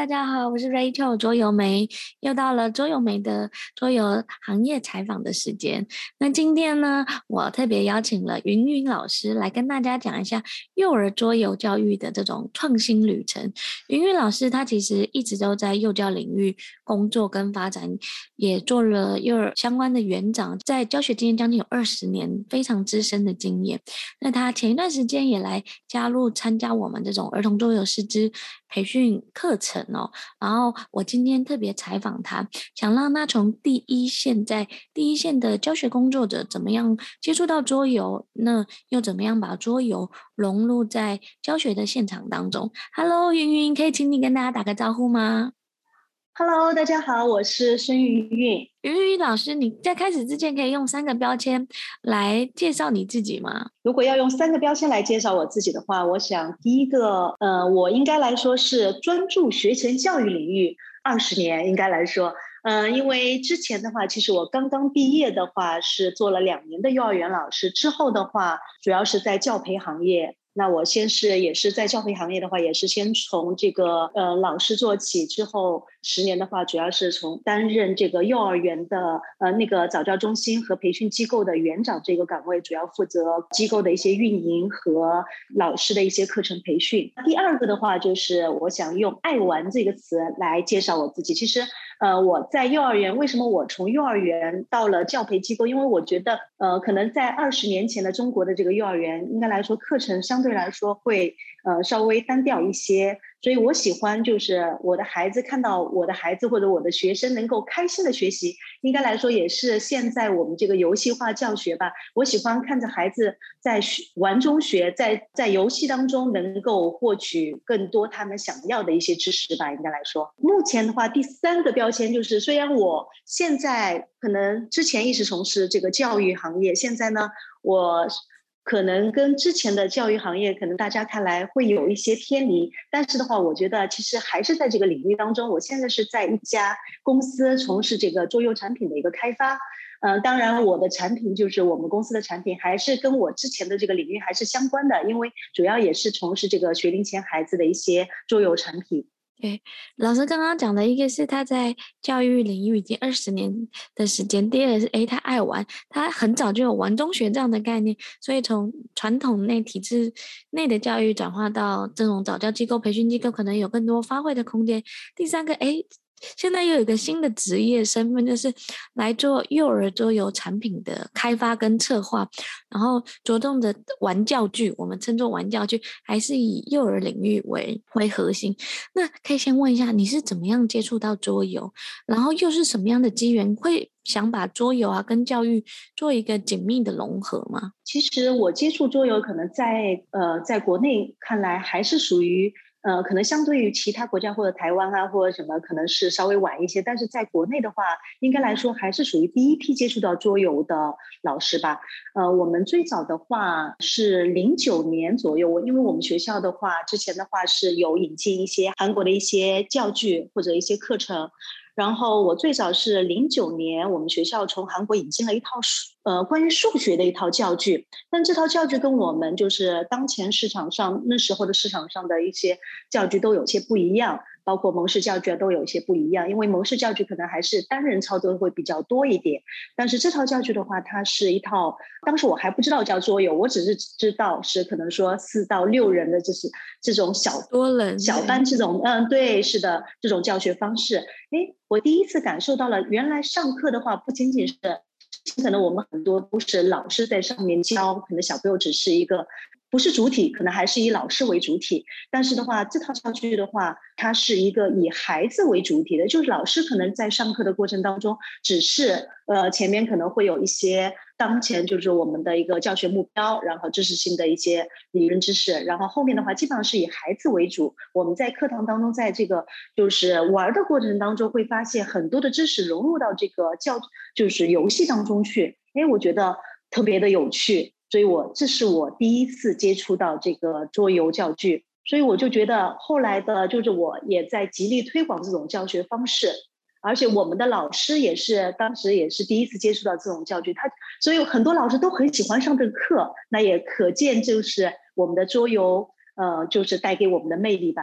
大家好，我是 Rachel 桌游梅，又到了桌游梅的桌游行业采访的时间。那今天呢，我特别邀请了云云老师来跟大家讲一下幼儿桌游教育的这种创新旅程。云云老师她其实一直都在幼教领域工作跟发展，也做了幼儿相关的园长，在教学经验将近有20年，非常资深的经验。那他前一段时间也来加入参加我们这种儿童桌游师资培训课程哦，然后我今天特别采访他，想让他从第一线的教学工作者怎么样接触到桌游，那又怎么样把桌游融入在教学的现场当中。Hello，云云，可以请你跟大家打个招呼吗？ Hello，大家好，我是孙云韵。 云云老师，你在开始之前可以用3个标签来介绍你自己吗？ 如果要用3个标签来介绍我自己的话，我想第一个，我应该来说是专注学前教育领域20年，应该来说，因为之前的话，其实我刚刚毕业的话是做了2年的幼儿园老师，之后的话主要是在教培行业。那我也是在教培行业的话，也是先从这个老师做起，之后10年的话，主要是从担任这个幼儿园的那个早教中心和培训机构的园长这个岗位，主要负责机构的一些运营和老师的一些课程培训。第二个的话，就是我想用“爱玩”这个词来介绍我自己。其实我在幼儿园，为什么我从幼儿园到了教培机构？因为我觉得可能在20年前的中国的这个幼儿园，应该来说课程相对来说会稍微单调一些，所以我喜欢就是我的孩子看到我的孩子或者我的学生能够开心的学习，应该来说也是现在我们这个游戏化教学吧。我喜欢看着孩子在玩中学，在游戏当中能够获取更多他们想要的一些知识吧。应该来说，目前的话，第3个标签就是，虽然我现在可能之前一直从事这个教育行业，现在呢，我可能跟之前的教育行业可能大家看来会有一些偏离，但是的话，我觉得其实还是在这个领域当中。我现在是在一家公司从事这个桌游产品的一个开发，当然我的产品就是我们公司的产品还是跟我之前的这个领域还是相关的，因为主要也是从事这个学龄前孩子的一些桌游产品。 对，老师刚刚讲的一个是他在教育领域已经20年的时间，第二个是他爱玩，他很早就有玩中学这样的概念，所以从传统内体制内的教育转化到这种早教机构、培训机构，可能有更多发挥的空间。第三个，现在又有一个新的职业身份，就是来做幼儿桌游产品的开发跟策划，然后着重的玩教具，我们称作玩教具，还是以幼儿领域为核心。那可以先问一下，你是怎么样接触到桌游，然后又是什么样的机缘，会想把桌游啊跟教育做一个紧密的融合吗？ 其实我接触桌游，可能在国内看来还是属于可能相对于其他国家或者台湾啊或者什么，可能是稍微晚一些。但是在国内的话，应该来说还是属于第一批接触到桌游的老师吧。我们最早的话是09年左右，因为我们学校的话，之前的话是有引进一些韩国的一些教具或者一些课程。然后我最早是09年，我们学校从韩国引进了一套关于数学的一套教具，但这套教具跟我们就是当前市场上那时候的市场上的一些教具都有些不一样，包括蒙氏教具都有一些不一样，因为蒙氏教具可能还是单人操作会比较多一点，但是这套教具的话，它是一套，当时我还不知道叫桌游，我只是知道是可能说4到6人的，就是这种多人小班这种，对，是的，这种教学方式。我第一次感受到了，原来上课的话不仅仅是，可能我们很多都是老师在上面教，可能小朋友只是一个不是主体，可能还是以老师为主体。但是的话，这套教具的话，它是一个以孩子为主体的，就是老师可能在上课的过程当中，只是前面可能会有一些当前就是我们的一个教学目标，然后知识性的一些理论知识，然后后面的话基本上是以孩子为主。我们在课堂当中，在这个就是玩的过程当中，会发现很多的知识融入到这个就是游戏当中去。我觉得特别的有趣，所以这是我第一次接触到这个桌游教具。所以我就觉得后来的就是我也在极力推广这种教学方式，而且我们的老师当时也是第一次接触到这种教具，所以很多老师都很喜欢上这个课，那也可见就是我们的桌游就是带给我们的魅力吧。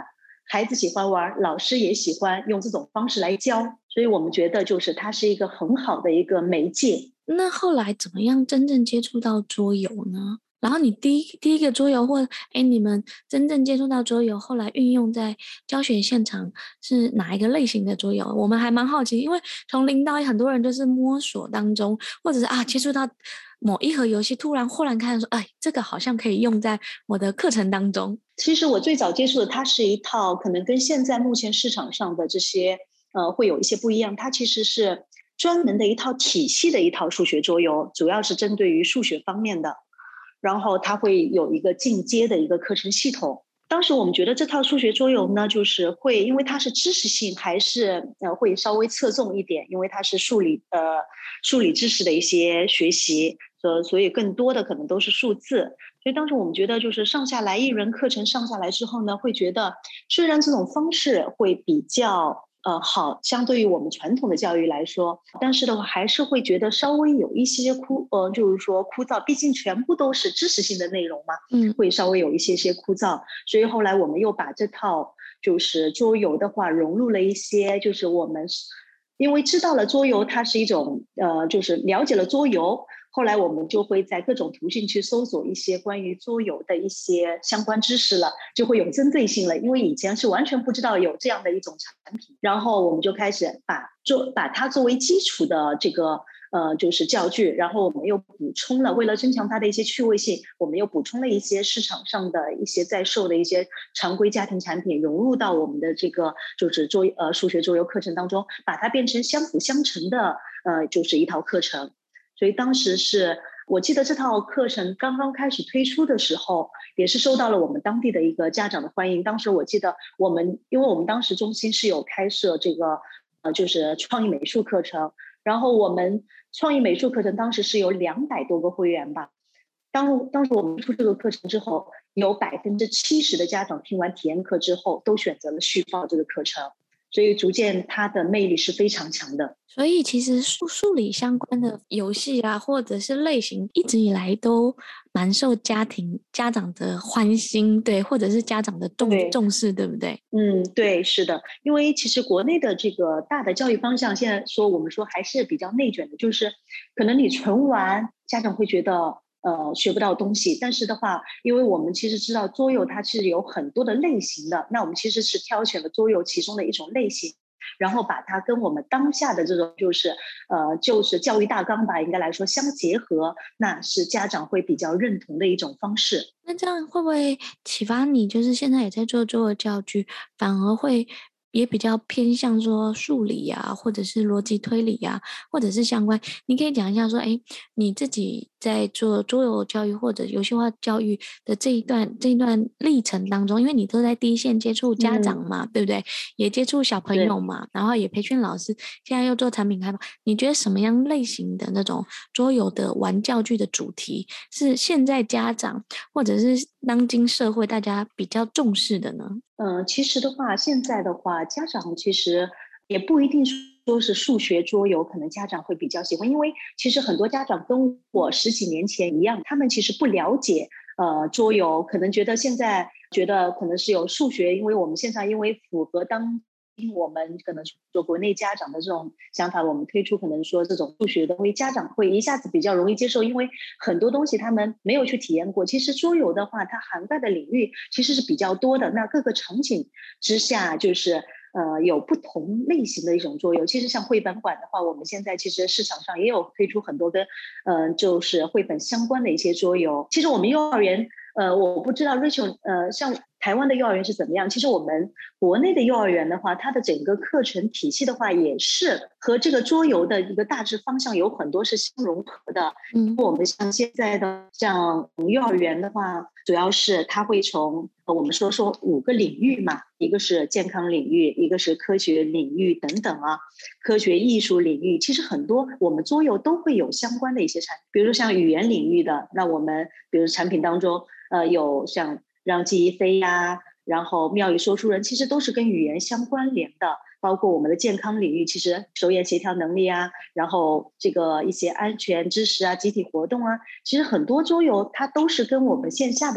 孩子喜欢玩，老师也喜欢用这种方式来教，所以我们觉得就是它是一个很好的一个媒介。 那后来怎么样真正接触到桌游呢？然后你第一个桌游，或你们真正接触到桌游，后来运用在教学现场是哪一个类型的桌游？我们还蛮好奇，因为从零到一，很多人都是摸索当中，或者是接触到某一盒游戏，忽然看说，哎，这个好像可以用在我的课程当中。 其实我最早接触的，它是一套可能跟现在目前市场上的这些会有一些不一样，它其实是专门的一套体系的一套数学桌游，主要是针对于数学方面的。然后它会有一个进阶的一个课程系统。当时我们觉得这套数学桌游呢，就是会因为它是知识性，还是会稍微侧重一点，因为它是数理知识的一些学习，所以更多的可能都是数字。所以当时我们觉得，就是上下来一轮课程上下来之后呢，会觉得虽然这种方式会比较好，相对于我们传统的教育来说，但是的话还是会觉得稍微有一些就是说枯燥，毕竟全部都是知识性的内容嘛，会稍微有一些枯燥。所以后来我们又把这套就是桌游的话融入了一些，就是我们因为知道了桌游它是一种就是了解了桌游。后来我们就会在各种途径去搜索一些关于桌游的一些相关知识了，就会有针对性了，因为以前是完全不知道有这样的一种产品，然后我们就开始把它作为基础的这个就是教具，然后我们又补充了，为了增强它的一些趣味性，我们又补充了一些市场上的一些在售的一些常规家庭产品，融入到我们的这个就是数学桌游课程当中，把它变成相辅相成的就是一套课程。所以当时是我记得这套课程刚刚开始推出的时候，也是受到了我们当地的一个家长的欢迎。当时我记得因为我们当时中心是有开设这个就是创意美术课程，然后我们创意美术课程当时是有200多个会员吧。当时我们出这个课程之后，有70%的家长听完体验课之后都选择了续报这个课程，所以逐渐它的魅力是非常强的。 所以其实数理相关的游戏或者是类型，一直以来都蛮受家长的欢心，对，或者是家长的重视，对不对？ 对，是的，因为其实国内的这个大的教育方向，现在我们说还是比较内卷的，就是可能你纯玩，家长会觉得学不到东西，但是的话，因为我们其实知道桌游它是有很多的类型的，那我们其实是挑选了桌游其中的一种类型。然后把它跟我们当下的这种就是教育大纲吧，应该来说相结合，那是家长会比较认同的一种方式。 那这样会不会启发你，就是现在也在做桌游教具，反而会也比较偏向说数理或者是逻辑推理或者是相关？你可以讲一下说，你自己在做桌游教育或者游戏化教育的这一段历程当中，因为你都在第一线接触家长嘛，对不对？也接触小朋友嘛，然后也培训老师，现在又做产品开发，你觉得什么样类型的那种桌游的玩教具的主题是现在家长或者是当今社会大家比较重视的呢？ 其实的话，现在的话，家长其实也不一定说是数学桌游，可能家长会比较喜欢，因为其实很多家长跟我10几年前一样，他们其实不了解桌游，可能觉得现在觉得可能是有数学，因为我们现在因为符合我们可能说国内家长的这种想法，我们推出可能说这种数学的，因为家长会一下子比较容易接受，因为很多东西他们没有去体验过。其实桌游的话，它涵盖的领域其实是比较多的，那各个场景之下就是有不同类型的一种桌游。其实像绘本馆的话，我们现在其实市场上也有推出很多跟就是绘本相关的一些桌游。其实我们幼儿园我不知道 Rachel 像台湾的幼儿园是怎么样？其实我们国内的幼儿园的话，它的整个课程体系的话，也是和这个桌游的一个大致方向有很多是相融合的。我们像现在的像幼儿园的话，主要是它会从我们说5个领域嘛，一个是健康领域，一个是科学领域等等科学艺术领域，其实很多我们桌游都会有相关的一些产品，比如说像语言领域的，那我们比如产品当中有像让记忆飞然后妙语说书人，其实都是跟语言相关联的。包括我们的健康领域，其实手眼协调能力然后这个一些安全知识集体活动其实很多桌游它都是跟我们线下的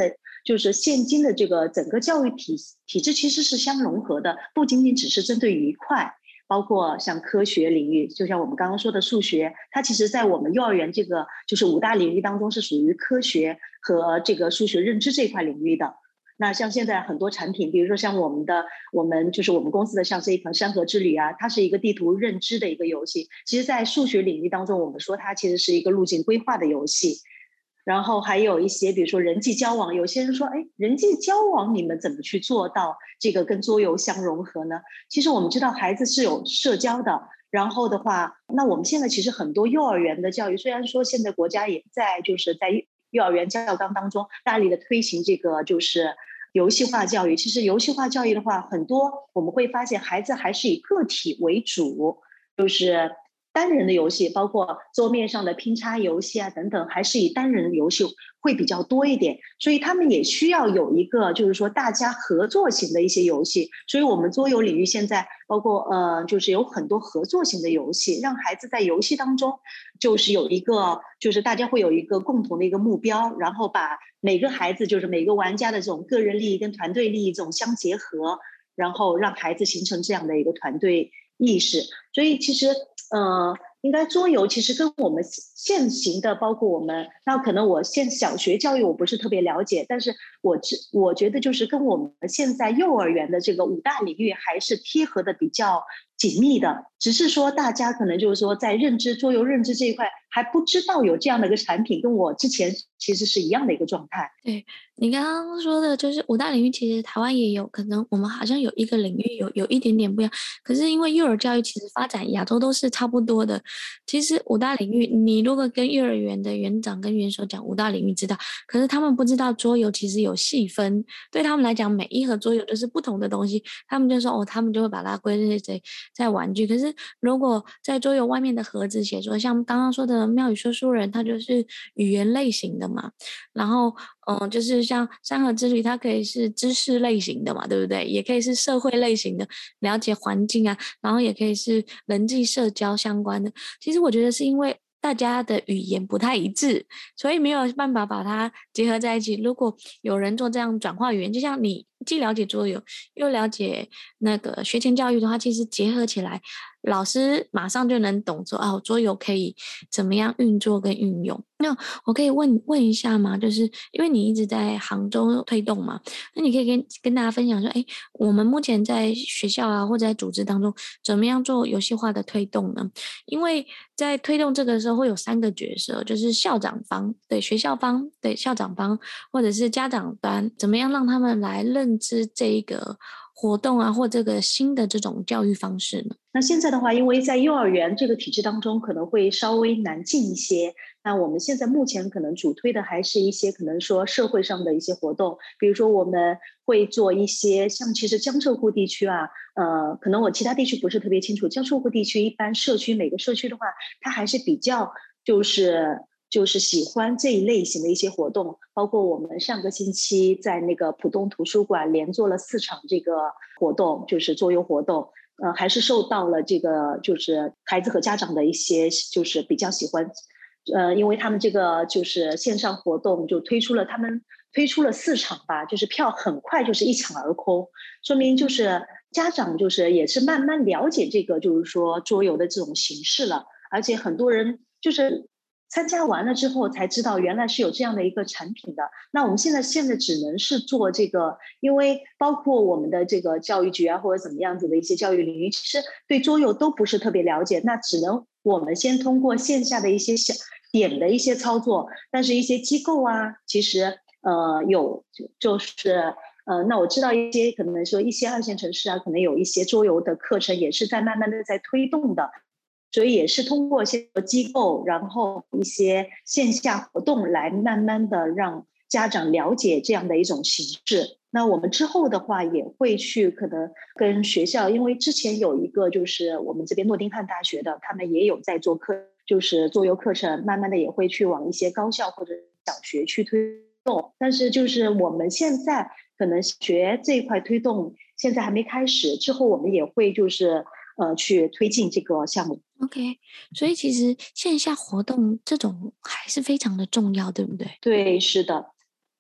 就是现今的这个整个教育体制其实是相融合的，不仅仅只是针对于一块。包括像科学领域，就像我们刚刚说的数学，它其实在我们幼儿园这个就是5大领域当中是属于科学和这个数学认知这一块领域的。那像现在很多产品，比如说像我们就是我们公司的像这一款山河之旅啊，它是一个地图认知的一个游戏。其实在数学领域当中，我们说它其实是一个路径规划的游戏。然后还有一些比如说人际交往，有些人说人际交往你们怎么去做到这个跟桌游相融合呢？其实我们知道孩子是有社交的，然后的话，那我们现在其实很多幼儿园的教育，虽然说现在国家也在就是在幼儿园教纲当中大力的推行这个就是游戏化教育，其实游戏化教育的话，很多我们会发现孩子还是以个体为主，就是单人的游戏，包括桌面上的拼插游戏啊等等，还是以单人游戏会比较多一点，所以他们也需要有一个就是说大家合作型的一些游戏。所以我们桌游领域现在包括就是有很多合作型的游戏，让孩子在游戏当中就是有一个就是大家会有一个共同的一个目标，然后把每个孩子就是每个玩家的这种个人利益跟团队利益这种相结合，然后让孩子形成这样的一个团队意识。所以其实应该桌游其实跟我们现行的，包括我们那可能我小学教育我不是特别了解，但是我觉得就是跟我们现在幼儿园的这个5大领域还是贴合的比较紧密的，只是说大家可能就是说在桌游认知这一块还不知道有这样的一个产品，跟我之前其实是一样的一个状态。 对，你刚刚说的就是5大领域，其实台湾也有，可能我们好像有一个领域有一点点不一样，可是因为幼儿教育其实发展亚洲都是差不多的。其实5大领域，你如果跟幼儿园的园长跟园手讲5大领域知道，可是他们不知道桌游其实有细分，对他们来讲每一盒桌游都是不同的东西，他们就说他们就会把它归类在玩具。可是如果在桌游外面的盒子写说，像刚刚说的妙语说书人，它就是语言类型的嘛，然后就是像山河之旅，它可以是知识类型的嘛，对不对？也可以是社会类型的，了解环境啊，然后也可以是人际社交相关的。其实我觉得是因为大家的语言不太一致，所以没有办法把它结合在一起。如果有人做这样转化语言，就像你既了解桌游又了解那个学前教育的话，其实结合起来，老师马上就能懂说桌游可以怎么样运作跟运用。那我可以问一下吗？就是因为你一直在杭州推动嘛，那你可以跟大家分享说，我们目前在学校啊或者在组织当中，怎么样做游戏化的推动呢？因为在推动这个时候会有3个角色，就是校长方，对学校方，对校长方，或者是家长端，怎么样让他们来认知这一个活动啊，或这个新的这种教育方式呢？ 那现在的话，因为在幼儿园这个体制当中可能会稍微难进一些，那我们现在目前可能主推的还是一些可能说社会上的一些活动，比如说我们会做一些像其实江浙沪地区啊，可能我其他地区不是特别清楚，江浙沪地区一般每个社区的话，它还是比较就是喜欢这一类型的一些活动，包括我们上个星期在那个浦东图书馆连做了4场这个活动，就是桌游活动。还是受到了这个就是孩子和家长的一些就是比较喜欢，因为他们这个就是线上活动就他们推出了4场吧，就是票很快就是一抢而空，说明就是家长就是也是慢慢了解这个就是说桌游的这种形式了，而且很多人就是参加完了之后才知道原来是有这样的一个产品的。那我们现在只能是做这个，因为包括我们的这个教育局啊，或者怎么样子的一些教育领域，其实对桌游都不是特别了解，那只能我们先通过线下的一些小点的一些操作，但是一些机构啊，其实有就是那我知道一些可能说一些2线城市啊，可能有一些桌游的课程也是在慢慢的在推动的。所以也是通过一些机构，然后一些线下活动来慢慢的让家长了解这样的一种形式。那我们之后的话也会去可能跟学校，因为之前有一个就是我们这边诺丁汉大学的，他们也有在做就是桌游课程，慢慢的也会去往一些高校或者小学去推动。但是就是我们现在可能学这一块推动现在还没开始，之后我们也会就是去推进这个项目。 OK，所以其实线下活动这种还是非常的重要，对不对？ 对，是的。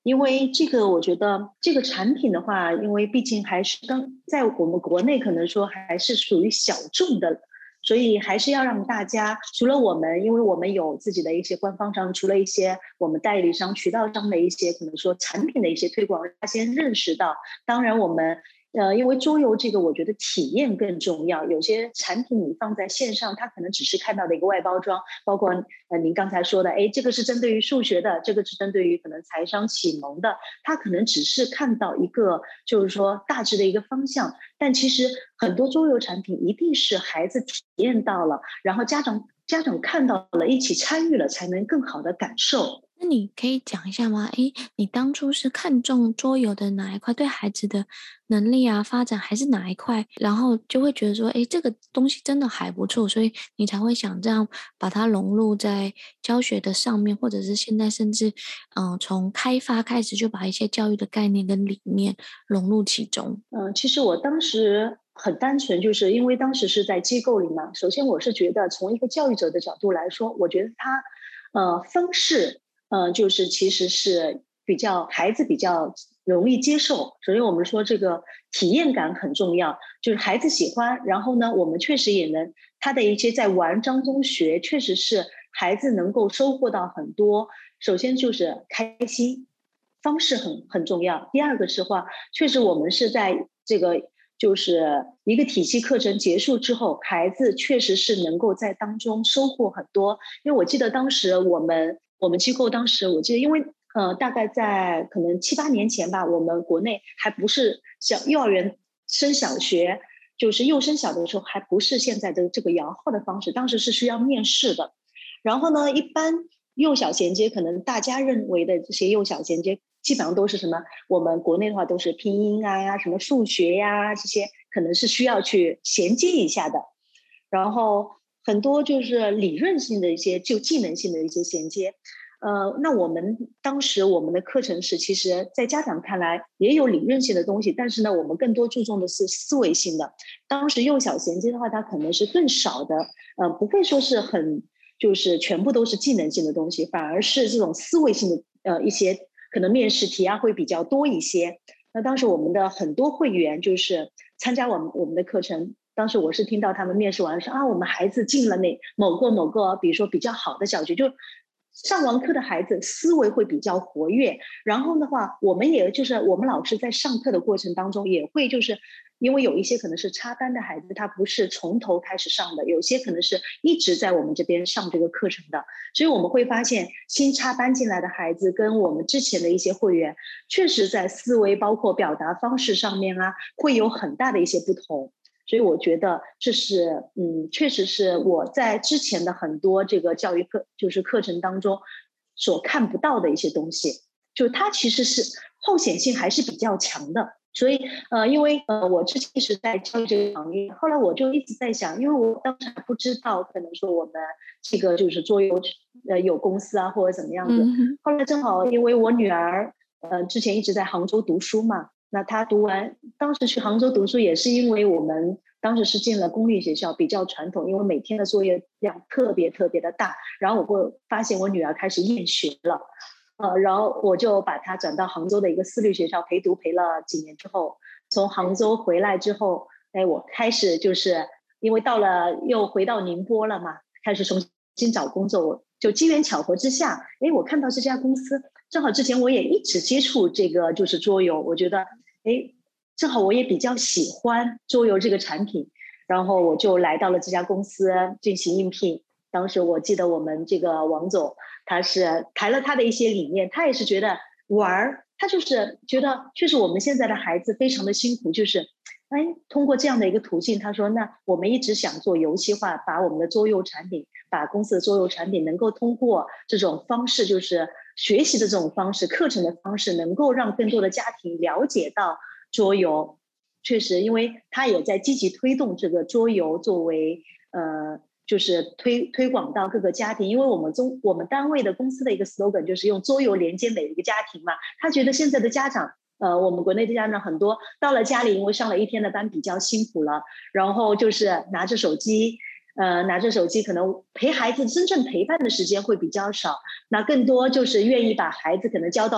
因为这个我觉得这个产品的话，因为毕竟还是在我们国内可能说还是属于小众的，所以还是要让大家除了我们，因为我们有自己的一些官方商，除了一些我们代理商、渠道商的一些可能说产品的一些推广，他先认识到。当然我们因为桌游这个，我觉得体验更重要。有些产品你放在线上，它可能只是看到的一个外包装，包括您刚才说的，哎，这个是针对于数学的，这个是针对于可能财商启蒙的，它可能只是看到一个就是说大致的一个方向，但其实很多桌游产品一定是孩子体验到了，然后家长看到了，一起参与了，才能更好的感受。 那你可以讲一下吗？诶，你当初是看中桌游的哪一块？对孩子的能力啊、发展还是哪一块？然后就会觉得说，诶，这个东西真的还不错，所以你才会想这样把它融入在教学的上面，或者是现在甚至，从开发开始就把一些教育的概念跟理念融入其中。 其实我当时很单纯，就是因为当时是在机构里嘛。首先，我是觉得从一个教育者的角度来说，我觉得他，方式，就是其实是孩子比较容易接受。首先，我们说这个体验感很重要，就是孩子喜欢，然后呢，我们确实也能他的一些在玩当中学，确实是孩子能够收获到很多。首先就是开心，方式很重要。第二个是话，确实我们是在这个就是一个体系课程结束之后，孩子确实是能够在当中收获很多。因为我记得当时我们机构当时我记得，因为大概在可能7、8年前吧，我们国内还不是幼儿园升小学，就是幼升小的时候，还不是现在的这个摇号的方式，当时是需要面试的。然后呢，一般幼小衔接可能大家认为的这些幼小衔接，基本上都是什么？我们国内的话都是拼音啊、什么数学呀、这些，可能是需要去衔接一下的。然后很多就是理论性的一些，就技能性的一些衔接。那我们当时我们的课程是，其实在家长看来也有理论性的东西，但是呢，我们更多注重的是思维性的。当时幼小衔接的话，它可能是更少的，不会说是很就是全部都是技能性的东西，反而是这种思维性的一些可能面试题啊会比较多一些。那当时我们的很多会员就是参加我们的课程，当时我是听到他们面试完说啊，我们孩子进了那某个，比如说比较好的小学，就上完课的孩子思维会比较活跃。然后的话，我们也就是我们老师在上课的过程当中也会就是因为有一些可能是插班的孩子，他不是从头开始上的，有些可能是一直在我们这边上这个课程的，所以我们会发现新插班进来的孩子跟我们之前的一些会员，确实在思维包括表达方式上面啊，会有很大的一些不同。所以我觉得这是，确实是我在之前的很多这个教育课程当中所看不到的一些东西，就它其实是后显性还是比较强的。所以，因为我之前是在教育这个行业，后来我就一直在想，因为我当时还不知道，可能说我们这个就是桌游，有公司啊或者怎么样子。 嗯后来正好因为我女儿，之前一直在杭州读书嘛，那她读完，当时去杭州读书也是因为我们当时是进了公立学校，比较传统，因为每天的作业量特别特别的大，然后我会发现我女儿开始厌学了。然后我就把他转到杭州的一个私立学校陪读，陪了几年之后，从杭州回来之后，哎，我开始就是因为到了又回到宁波了嘛，开始重新找工作，就机缘巧合之下，哎，我看到这家公司，正好之前我也一直接触这个就是桌游，我觉得，哎，正好我也比较喜欢桌游这个产品，然后我就来到了这家公司进行应聘。当时我记得我们这个王总，他是谈了他的一些理念，他也是觉得玩儿，他就是觉得确实我们现在的孩子非常的辛苦，就是哎，通过这样的一个途径，他说那我们一直想做游戏化，把我们的桌游产品，把公司的桌游产品能够通过这种方式，就是学习的这种方式，课程的方式，能够让更多的家庭了解到桌游。确实，因为他也在积极推动这个桌游作为就是推广到各个家庭，因为我们单位的公司的一个 slogan 就是用桌游连接每一个家庭嘛。他觉得现在的家长，我们国内的家长很多到了家里，因为上了一天的班比较辛苦了，然后就是拿着手机可能陪孩子真正陪伴的时间会比较少，那更多就是愿意把孩子可能交到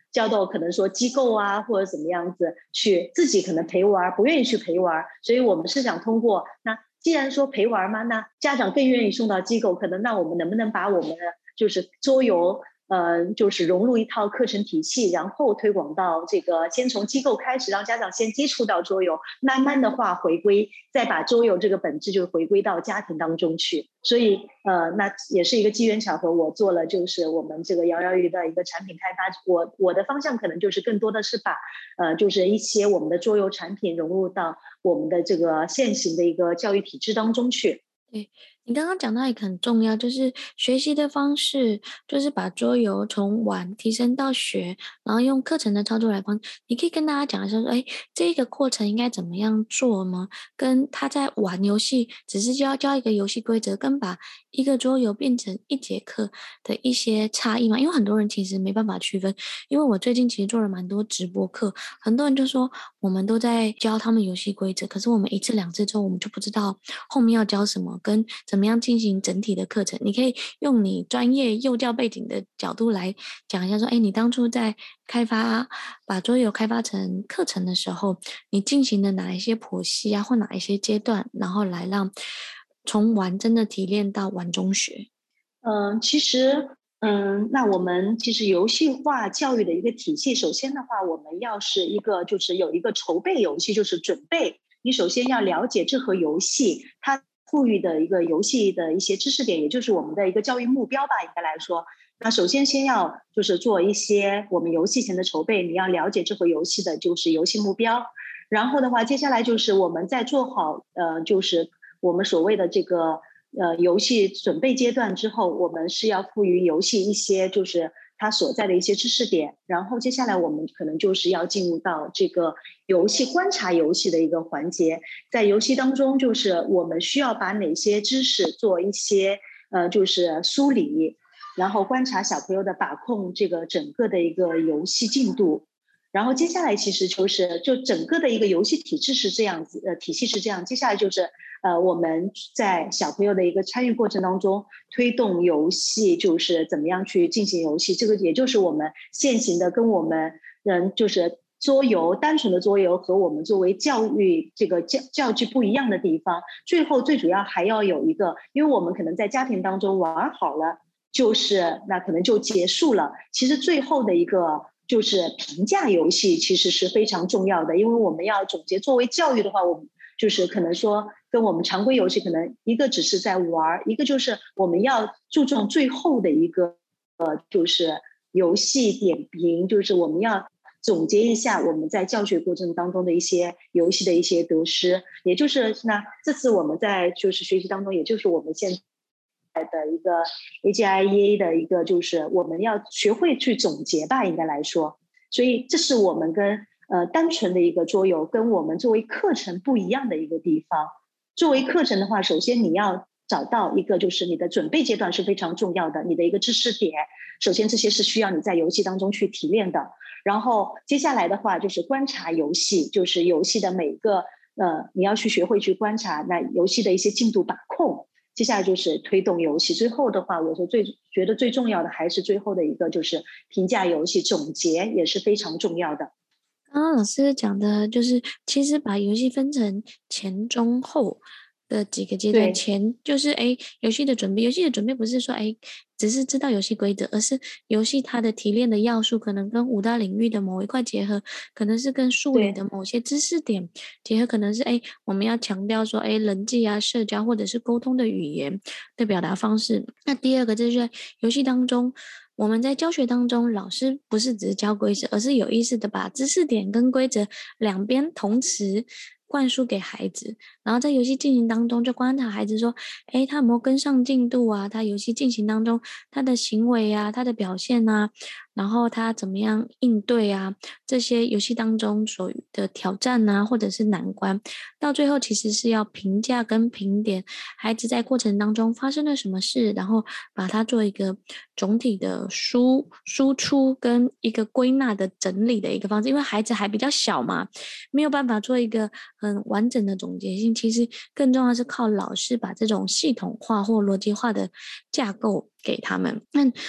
交到可能说机构啊或者怎么样子去自己可能陪玩，不愿意去陪玩，所以我们是想通过那既然说陪玩嘛，那家长更愿意送到机构，可能那我们能不能把我们的就是桌游就是融入一套课程体系，然后推广到这个先从机构开始，让家长先接触到桌游，慢慢的话回归，再把桌游这个本质就回归到家庭当中去。所以那也是一个机缘巧合，我做了就是我们这个摇摇鱼的一个产品开发，我的方向可能就是更多的是把就是一些我们的桌游产品融入到我们的这个现行的一个教育体制当中去。 对，你刚刚讲到一个很重要，就是学习的方式，就是把桌游从玩提升到学，然后用课程的操作来帮。你可以跟大家讲一下说，哎，这个过程应该怎么样做吗？跟他在玩游戏，只是教一个游戏规则，跟把一个桌游变成一节课的一些差异吗？因为很多人其实没办法区分，因为我最近其实做了蛮多直播课，很多人就说我们都在教他们游戏规则，可是我们一次两次之后，我们就不知道后面要教什么，跟怎么样进行整体的课程。你可以用你专业幼教背景的角度来讲一下，说，哎，你当初在把桌游开发成课程的时候，你进行了哪一些剖析啊，或哪一些阶段，然后来让从玩真的提炼到玩中学。 其实，那我们其实游戏化教育的一个体系，首先的话，我们要是一个就是有一个筹备游戏，就是准备，你首先要了解这盒游戏它赋予的一个游戏的一些知识点，也就是我们的一个教育目标吧，应该来说。那首先先要就是做一些我们游戏前的筹备，你要了解这盒游戏的就是游戏目标，然后的话，接下来就是我们在做好就是我们所谓的这个游戏准备阶段之后，我们是要赋予游戏一些就是它所在的一些知识点，然后接下来我们可能就是要进入到这个游戏观察游戏的一个环节，在游戏当中就是我们需要把哪些知识做一些就是梳理，然后观察小朋友的把控这个整个的一个游戏进度。然后接下来其实就整个的一个游戏体制是这样子，体系是这样。接下来就是我们在小朋友的一个参与过程当中推动游戏，就是怎么样去进行游戏。这个也就是我们现行的跟我们就是桌游单纯的桌游和我们作为教育这个教具不一样的地方。最后最主要还要有一个，因为我们可能在家庭当中玩好了，就是那可能就结束了。其实最后的一个就是评价游戏其实是非常重要的，因为我们要总结作为教育的话，我们就是可能说跟我们常规游戏可能一个只是在玩，一个就是我们要注重最后的一个就是游戏点评，就是我们要总结一下我们在教学过程当中的一些游戏的一些得失，也就是那这次我们在就是学习当中，也就是我们现在的一个 AGIEA 的一个就是我们要学会去总结吧，应该来说，所以这是我们跟单纯的一个桌游跟我们作为课程不一样的一个地方。作为课程的话，首先你要找到一个就是你的准备阶段是非常重要的，你的一个知识点，首先这些是需要你在游戏当中去提炼的。然后接下来的话就是观察游戏，就是游戏的每个你要去学会去观察那游戏的一些进度把控。接下来就是推动游戏，最后的话，我觉得最重要的还是最后的一个就是评价游戏总结也是非常重要的。 刚刚老师讲的就是，其实把游戏分成前、中、后的几个阶段。 对， 前就是游戏的准备，游戏的准备不是说只是知道游戏规则，而是游戏它的提炼的要素可能跟五大领域的某一块结合，可能是跟数理的对， 某些知识点结合，可能是我们要强调说人际啊、社交或者是沟通的语言的表达方式。那第二个就是在游戏当中。我们在教学当中，老师不是只是教规则，而是有意识的把知识点跟规则两边同时灌输给孩子。然后在游戏进行当中，就观察孩子说，他有没有跟上进度啊？他游戏进行当中，他的行为啊，他的表现啊，然后他怎么样应对啊？这些游戏当中所的挑战啊，或者是难关，到最后其实是要评价跟评点孩子在过程当中发生了什么事，然后把它做一个总体的输出跟一个归纳的整理的一个方式，因为孩子还比较小嘛，没有办法做一个很完整的总结性。其实更重要的是靠老师把这种系统化或逻辑化的架构给他们。那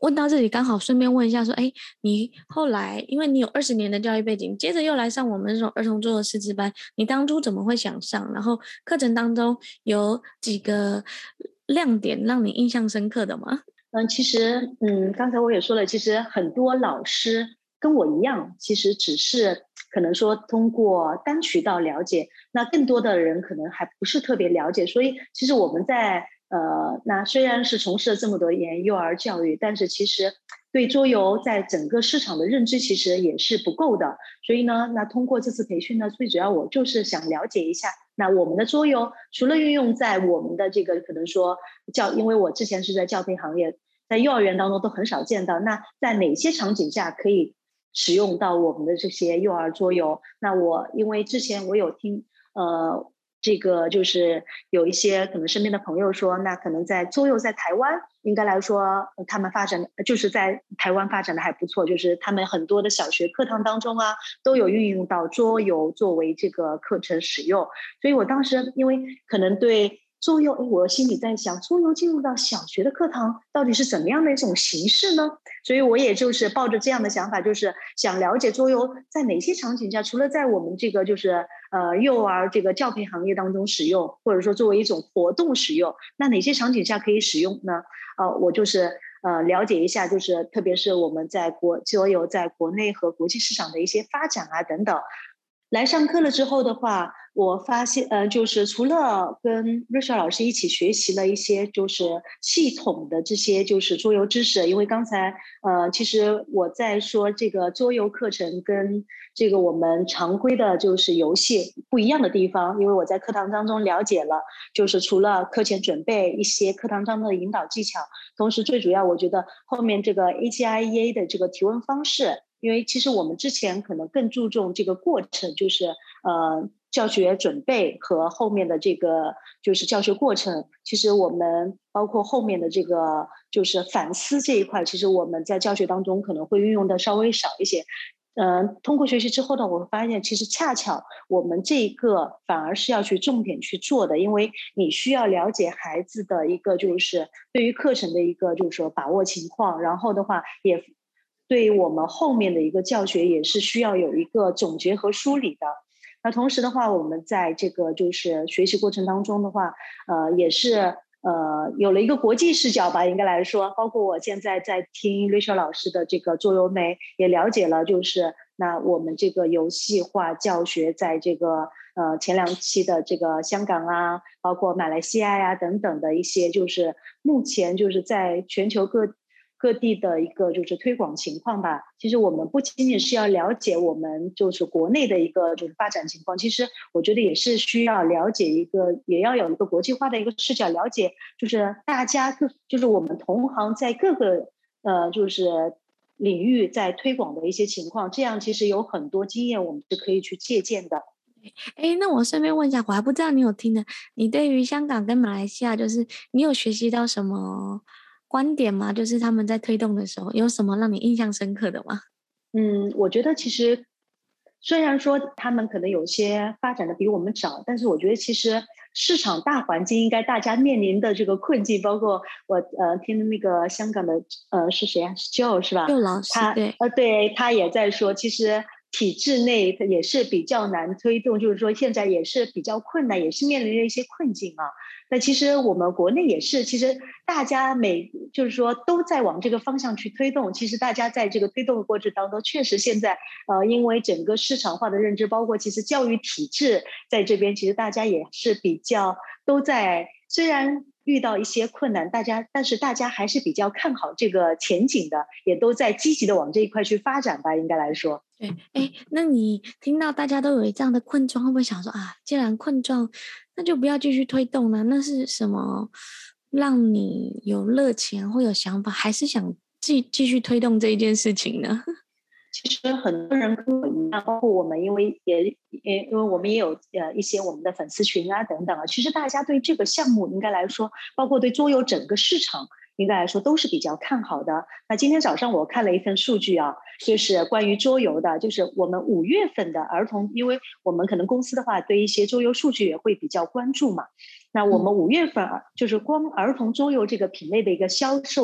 问到这里，刚好顺便问一下，说，哎，你后来因为你有20年的教育背景，接着又来上我们这种儿童桌游师资班，你当初怎么会想上？然后课程当中有几个亮点让你印象深刻的吗？ 其实，刚才我也说了，其实很多老师跟我一样，其实只是可能说通过单渠道了解，那更多的人可能还不是特别了解，所以其实我们在那虽然是从事了这么多年幼儿教育，但是其实对桌游在整个市场的认知其实也是不够的，所以呢，那通过这次培训呢，最主要我就是想了解一下。那我们的桌游除了运用在我们的这个可能说因为我之前是在教培行业，在幼儿园当中都很少见到。那在哪些场景下可以使用到我们的这些幼儿桌游？那我因为之前我有听这个就是有一些可能身边的朋友说，那可能在桌游在台湾应该来说，他们发展就是在台湾发展的还不错，就是他们很多的小学课堂当中啊，都有运用到桌游作为这个课程使用。所以我当时因为可能对桌游，我心里在想，桌游进入到小学的课堂到底是怎么样的一种形式呢？所以我也就是抱着这样的想法，就是想了解桌游在哪些场景下，除了在我们这个就是幼儿这个教培行业当中使用，或者说作为一种活动使用，那哪些场景下可以使用呢？我就是了解一下，就是特别是我们在桌游在国内和国际市场的一些发展啊等等。来上课了之后的话，我发现，就是除了跟瑞莎老师一起学习了一些就是系统的这些就是桌游知识，因为刚才其实我在说这个桌游课程跟这个我们常规的就是游戏不一样的地方，因为我在课堂当中了解了，就是除了课前准备一些课堂当中的引导技巧，同时最主要我觉得后面这个 AGIEA 的这个提问方式。因为其实我们之前可能更注重这个过程，就是教学准备和后面的这个就是教学过程。其实我们包括后面的这个就是反思这一块，其实我们在教学当中可能会运用的稍微少一些。通过学习之后呢，我会发现其实恰巧我们这一个反而是要去重点去做的，因为你需要了解孩子的一个就是对于课程的一个就是说把握情况，然后的话也对于我们后面的一个教学也是需要有一个总结和梳理的。那同时的话，我们在这个就是学习过程当中的话，也是有了一个国际视角吧，应该来说，包括我现在在听 Rachel 老师的这个桌游梅，也了解了，就是那我们这个游戏化教学在这个前两期的这个香港啊，包括马来西亚呀、等等的一些，就是目前就是在全球各地的一个就是推广情况吧。其实我们不仅仅是要了解我们就是国内的一个就是发展情况，其实我觉得也是需要了解一个，也要有一个国际化的一个视角，了解就是大家就是我们同行在各个就是领域在推广的一些情况，这样其实有很多经验我们是可以去借鉴的。 哎，那我顺便问一下，我还不知道你有听的，你对于香港跟马来西亚，就是你有学习到什么观点吗？就是他们在推动的时候，有什么让你印象深刻的吗？ 我觉得其实虽然说他们可能有些发展的比我们早，但是我觉得其实市场大环境应该大家面临的这个困境，包括我听的那个香港的是谁啊？是 Joe 是吧？ 就老师，对。 对他也在说，其实体制内也是比较难推动，就是说现在也是比较困难，也是面临着一些困境啊。那其实我们国内也是，其实大家就是说都在往这个方向去推动。其实大家在这个推动的过程当中，确实现在因为整个市场化的认知，包括其实教育体制在这边，其实大家也是比较都在，虽然遇到一些困难，但是大家还是比较看好这个前景的，也都在积极的往这一块去发展吧，应该来说。 对，哎，那你听到大家都有这样的困状，会不会想说啊，既然困状，那就不要继续推动了？那是什么让你有热情或有想法，还是想继续推动这一件事情呢？ 其实很多人跟我一样，包括我们，因为我们也有一些我们的粉丝群啊等等啊，其实大家对这个项目应该来说，包括对桌游整个市场应该来说都是比较看好的。那今天早上我看了一份数据啊，就是关于桌游的，就是我们5月份的儿童，因为我们可能公司的话对一些桌游数据也会比较关注嘛。那我们5月份就是光儿童桌游这个品类的一个销售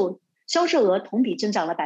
销售额同比增长了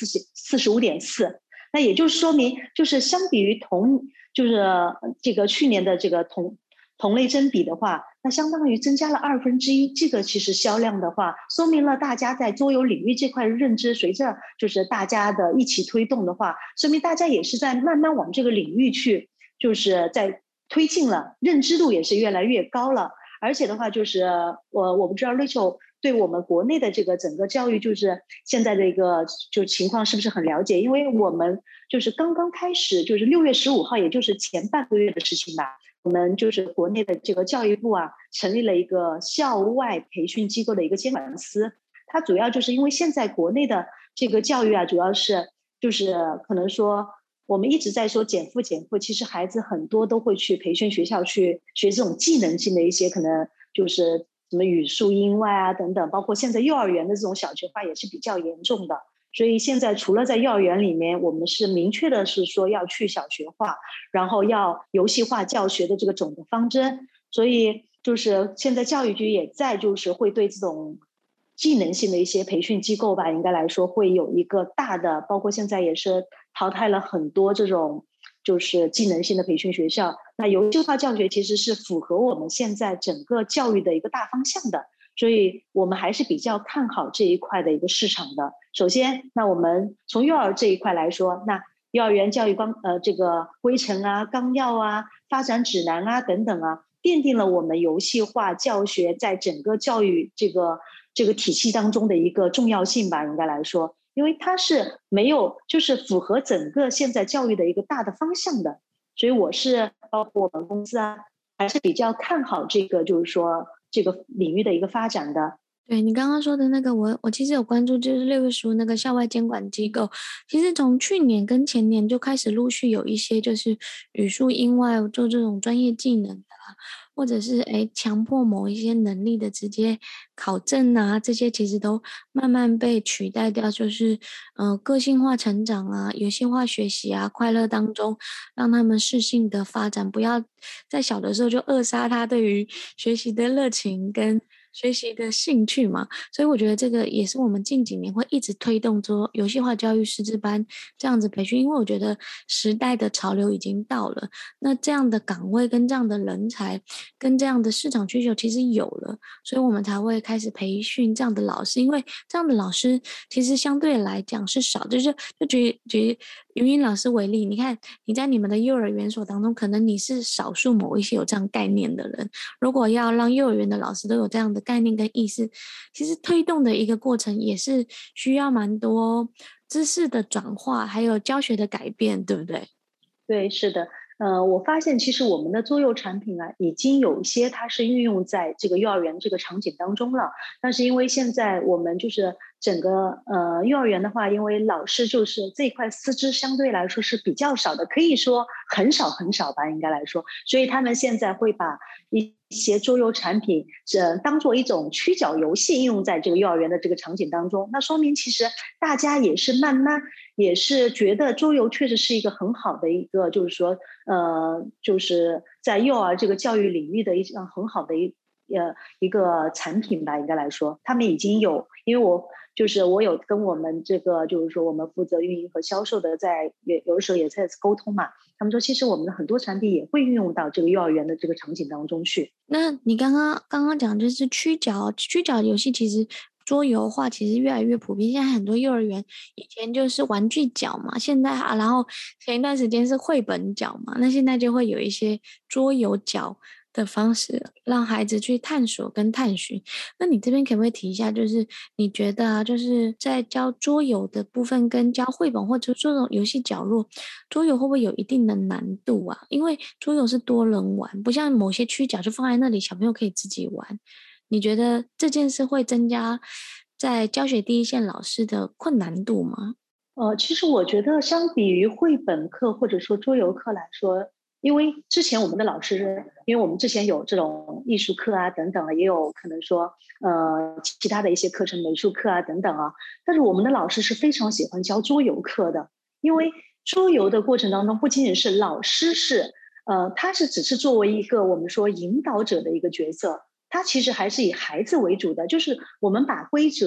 45.4%。那也就说明，就是相比于就是这个去年的这个同类增比的话，那相当于增加了1/2。这个其实销量的话，说明了大家在桌游领域这块认知，随着就是大家的一起推动的话，说明大家也是在慢慢往这个领域去，就是在推进了，认知度也是越来越高了。而且的话，就是我不知道 Rachel 对我们国内的这个整个教育，就是现在的一个就情况是不是很了解？因为我们就是刚刚开始，就是6月15号，也就是前半个月的事情吧。我们就是国内的这个教育部啊，成立了一个校外培训机构的一个监管司。它主要就是因为现在国内的这个教育啊，主要是就是可能说我们一直在说减负，其实孩子很多都会去培训学校去学这种技能性的一些，可能就是什么语数英外啊等等，包括现在幼儿园的这种小学化也是比较严重的。所以现在除了在幼儿园里面，我们是明确的是说要去小学化，然后要游戏化教学的这个总的方针。所以就是现在教育局也在就是会对这种技能性的一些培训机构吧，应该来说会有一个大的，包括现在也是淘汰了很多这种就是技能性的培训学校。那游戏化教学其实是符合我们现在整个教育的一个大方向的，所以我们还是比较看好这一块的一个市场的。首先，那我们从幼儿这一块来说，那幼儿园教育这个规程啊、纲要啊、发展指南啊等等啊，奠定了我们游戏化教学在整个教育这个体系当中的一个重要性吧，应该来说，因为它是没有就是符合整个现在教育的一个大的方向的，所以我是包括我们公司啊，还是比较看好这个就是说这个领域的一个发展的。 对你刚刚说的那个，我其实有关注，就是6月15那个校外监管机构，其实从去年跟前年就开始陆续有一些就是语数英外做这种专业技能的啊，或者是强迫某一些能力的直接考证啊，这些其实都慢慢被取代掉，就是个性化成长啊、游戏化学习啊、快乐当中，让他们适性的发展，不要在小的时候就扼杀他对于学习的热情跟学习的兴趣嘛。所以我觉得这个也是我们近几年会一直推动做游戏化教育师资班这样子培训，因为我觉得时代的潮流已经到了，那这样的岗位跟这样的人才跟这样的市场需求其实有了，所以我们才会开始培训这样的老师，因为这样的老师其实相对来讲是少，就举云云老师为例，你看你在你们的幼儿园所当中，可能你是少数某一些有这样概念的人，如果要让幼儿园的老师都有这样的概念跟意识，其实推动的一个过程也是需要蛮多知识的转化，还有教学的改变，对不对？ 对，是的。我发现其实我们的桌游产品啊，已经有一些它是运用在这个幼儿园这个场景当中了。但是因为现在我们就是整个幼儿园的话，因为老师就是这一块师资相对来说是比较少的，可以说很少很少吧，应该来说，所以他们现在会把一些桌游产品当做一种曲角游戏应用在这个幼儿园的这个场景当中。那说明其实大家也是慢慢也是觉得桌游确实是一个很好的一个，就是说就是在幼儿这个教育领域的一项很好的一个产品吧，应该来说，他们已经有，因为我有跟我们这个就是说我们负责运营和销售的有的时候也在沟通嘛，他们说其实我们的很多产品也会运用到这个幼儿园的这个场景当中去。 那你刚刚讲就是曲角游戏，其实桌游化其实越来越普遍。现在很多幼儿园以前就是玩具角嘛，现在啊，然后前一段时间是绘本角嘛，那现在就会有一些桌游角的方式，让孩子去探索跟探寻。那你这边可不可以提一下，就是你觉得啊，就是在教桌游的部分跟教绘本或者这种游戏角落，桌游会不会有一定的难度啊？因为桌游是多人玩，不像某些区角就放在那里，小朋友可以自己玩。你觉得这件事会增加在教学第一线老师的困难度吗？ 其实我觉得相比于绘本课或者说桌游课来说，因为之前我们的老师，因为我们之前有这种艺术课啊等等啊，也有可能说其他的一些课程，美术课啊等等啊，但是我们的老师是非常喜欢教桌游课的，因为桌游的过程当中不仅仅是老师他是只是作为一个我们说引导者的一个角色，他其实还是以孩子为主的，就是我们把规则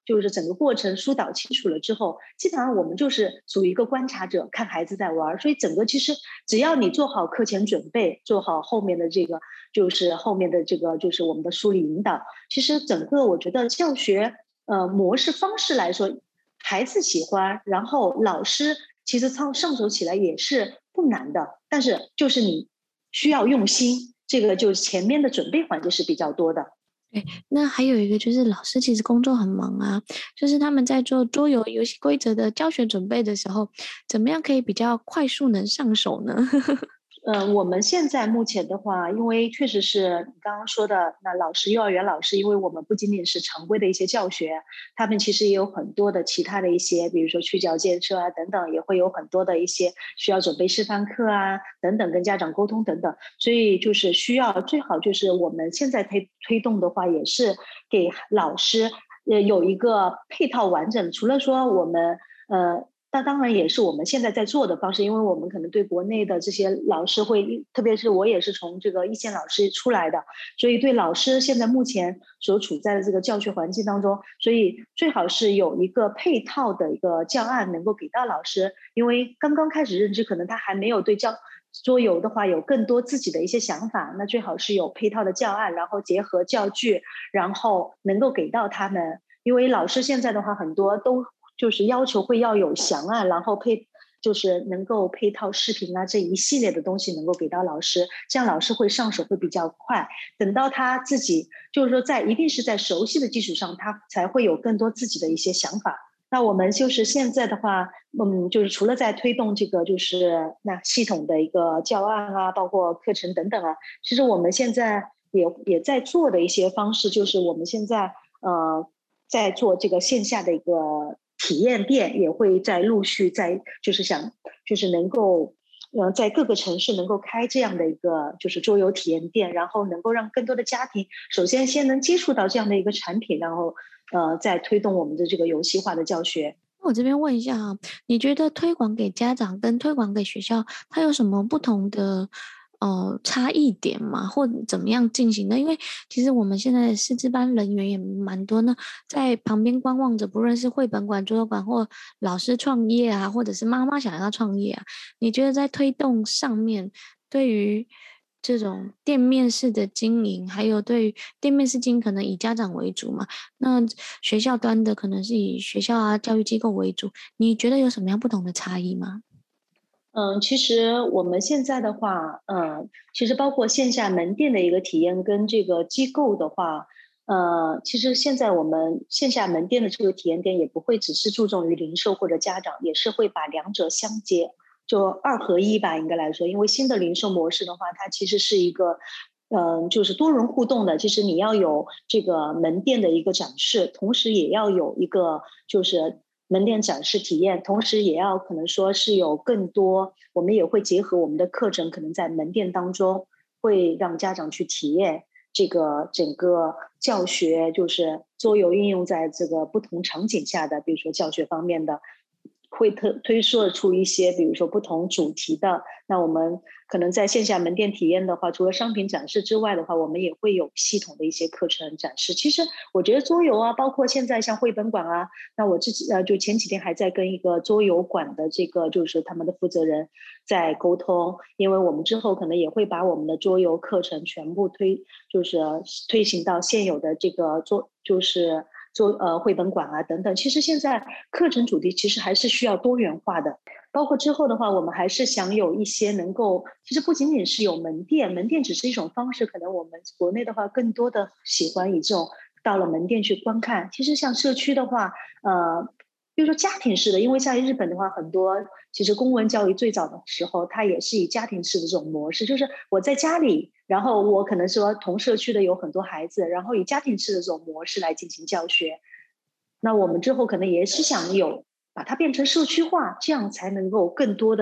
就是整个过程疏导清楚了之后，基本上我们就是属于一个观察者，看孩子在玩。所以整个其实只要你做好课前准备，做好后面的这个就是我们的梳理引导，其实整个我觉得教学模式方式来说，孩子喜欢，然后老师其实上手起来也是不难的，但是就是你需要用心，这个就前面的准备环节是比较多的。 对，那还有一个就是老师其实工作很忙啊，就是他们在做桌游游戏规则的教学准备的时候，怎么样可以比较快速能上手呢？ 我们现在目前的话，因为确实是你刚刚说的，那老师、幼儿园老师，因为我们不仅仅是常规的一些教学，他们其实也有很多的其他的一些，比如说去角建设啊等等，也会有很多的一些需要准备示范课啊等等，跟家长沟通等等，所以就是需要最好就是我们现在推动的话，也是给老师有一个配套完整，除了说我们那当然也是我们现在在做的方式，因为我们可能对国内的这些老师会，特别是我也是从这个一线老师出来的，所以对老师现在目前所处在的这个教学环境当中，所以最好是有一个配套的一个教案能够给到老师，因为刚刚开始认知，可能他还没有对桌游的话有更多自己的一些想法，那最好是有配套的教案，然后结合教具，然后能够给到他们，因为老师现在的话很多都就是要求会要有详案，然后就是能够配套视频啊这一系列的东西能够给到老师，这样老师会上手会比较快。等到他自己就是说一定是在熟悉的基础上，他才会有更多自己的一些想法。那我们就是现在的话，就是除了在推动这个就是那系统的一个教案啊，包括课程等等啊，其实我们现在也在做的一些方式，就是我们现在在做这个线下的一个体验店，也会在陆续就是能够在各个城市能够开这样的一个就是桌游体验店，然后能够让更多的家庭首先先能接触到这样的一个产品，然后再推动我们的这个游戏化的教学。 我这边问一下啊，你觉得推广给家长跟推广给学校，它有什么不同的差异点吗？或怎么样进行的？因为其实我们现在的师资班人员也蛮多呢，在旁边观望着，不论是绘本馆、桌游馆或老师创业啊，或者是妈妈想要创业啊，你觉得在推动上面，对于这种店面式的经营，还有对于店面式经营可能以家长为主嘛，那学校端的可能是以学校啊教育机构为主，你觉得有什么样不同的差异吗？ 其实我们现在的话，其实包括线下门店的一个体验跟这个机构的话，其实现在我们线下门店的这个体验店也不会只是注重于零售或者家长，也是会把两者相结，就二合一吧，应该来说，因为新的零售模式的话，它其实是一个。就是多人互动的，其实你要有这个门店的一个展示，同时也要有一个就是门店展示体验，同时也要可能说是有更多，我们也会结合我们的课程，可能在门店当中会让家长去体验这个整个教学，就是桌游应用在这个不同场景下的，比如说教学方面的。会推设出一些，比如说不同主题的。那我们可能在线下门店体验的话，除了商品展示之外的话，我们也会有系统的一些课程展示。其实我觉得桌游啊，包括现在像绘本馆啊，那我就前几天还在跟一个桌游馆的这个就是他们的负责人在沟通，因为我们之后可能也会把我们的桌游课程全部推行到现有的这个做绘本馆啊等等，其实现在课程主题其实还是需要多元化的，包括之后的话，我们还是想有一些能够，其实不仅仅是有门店，门店只是一种方式，可能我们国内的话更多的喜欢以这种到了门店去观看。其实像社区的话，比如说家庭式的，因为在日本的话，很多其实公文教育最早的时候，它也是以家庭式的这种模式，就是我在家里，然后我可能说同社区的有很多孩子，然后以家庭式的这种模式来进行教学。那我们之后可能也是想把它变成社区化，这样才能够更多的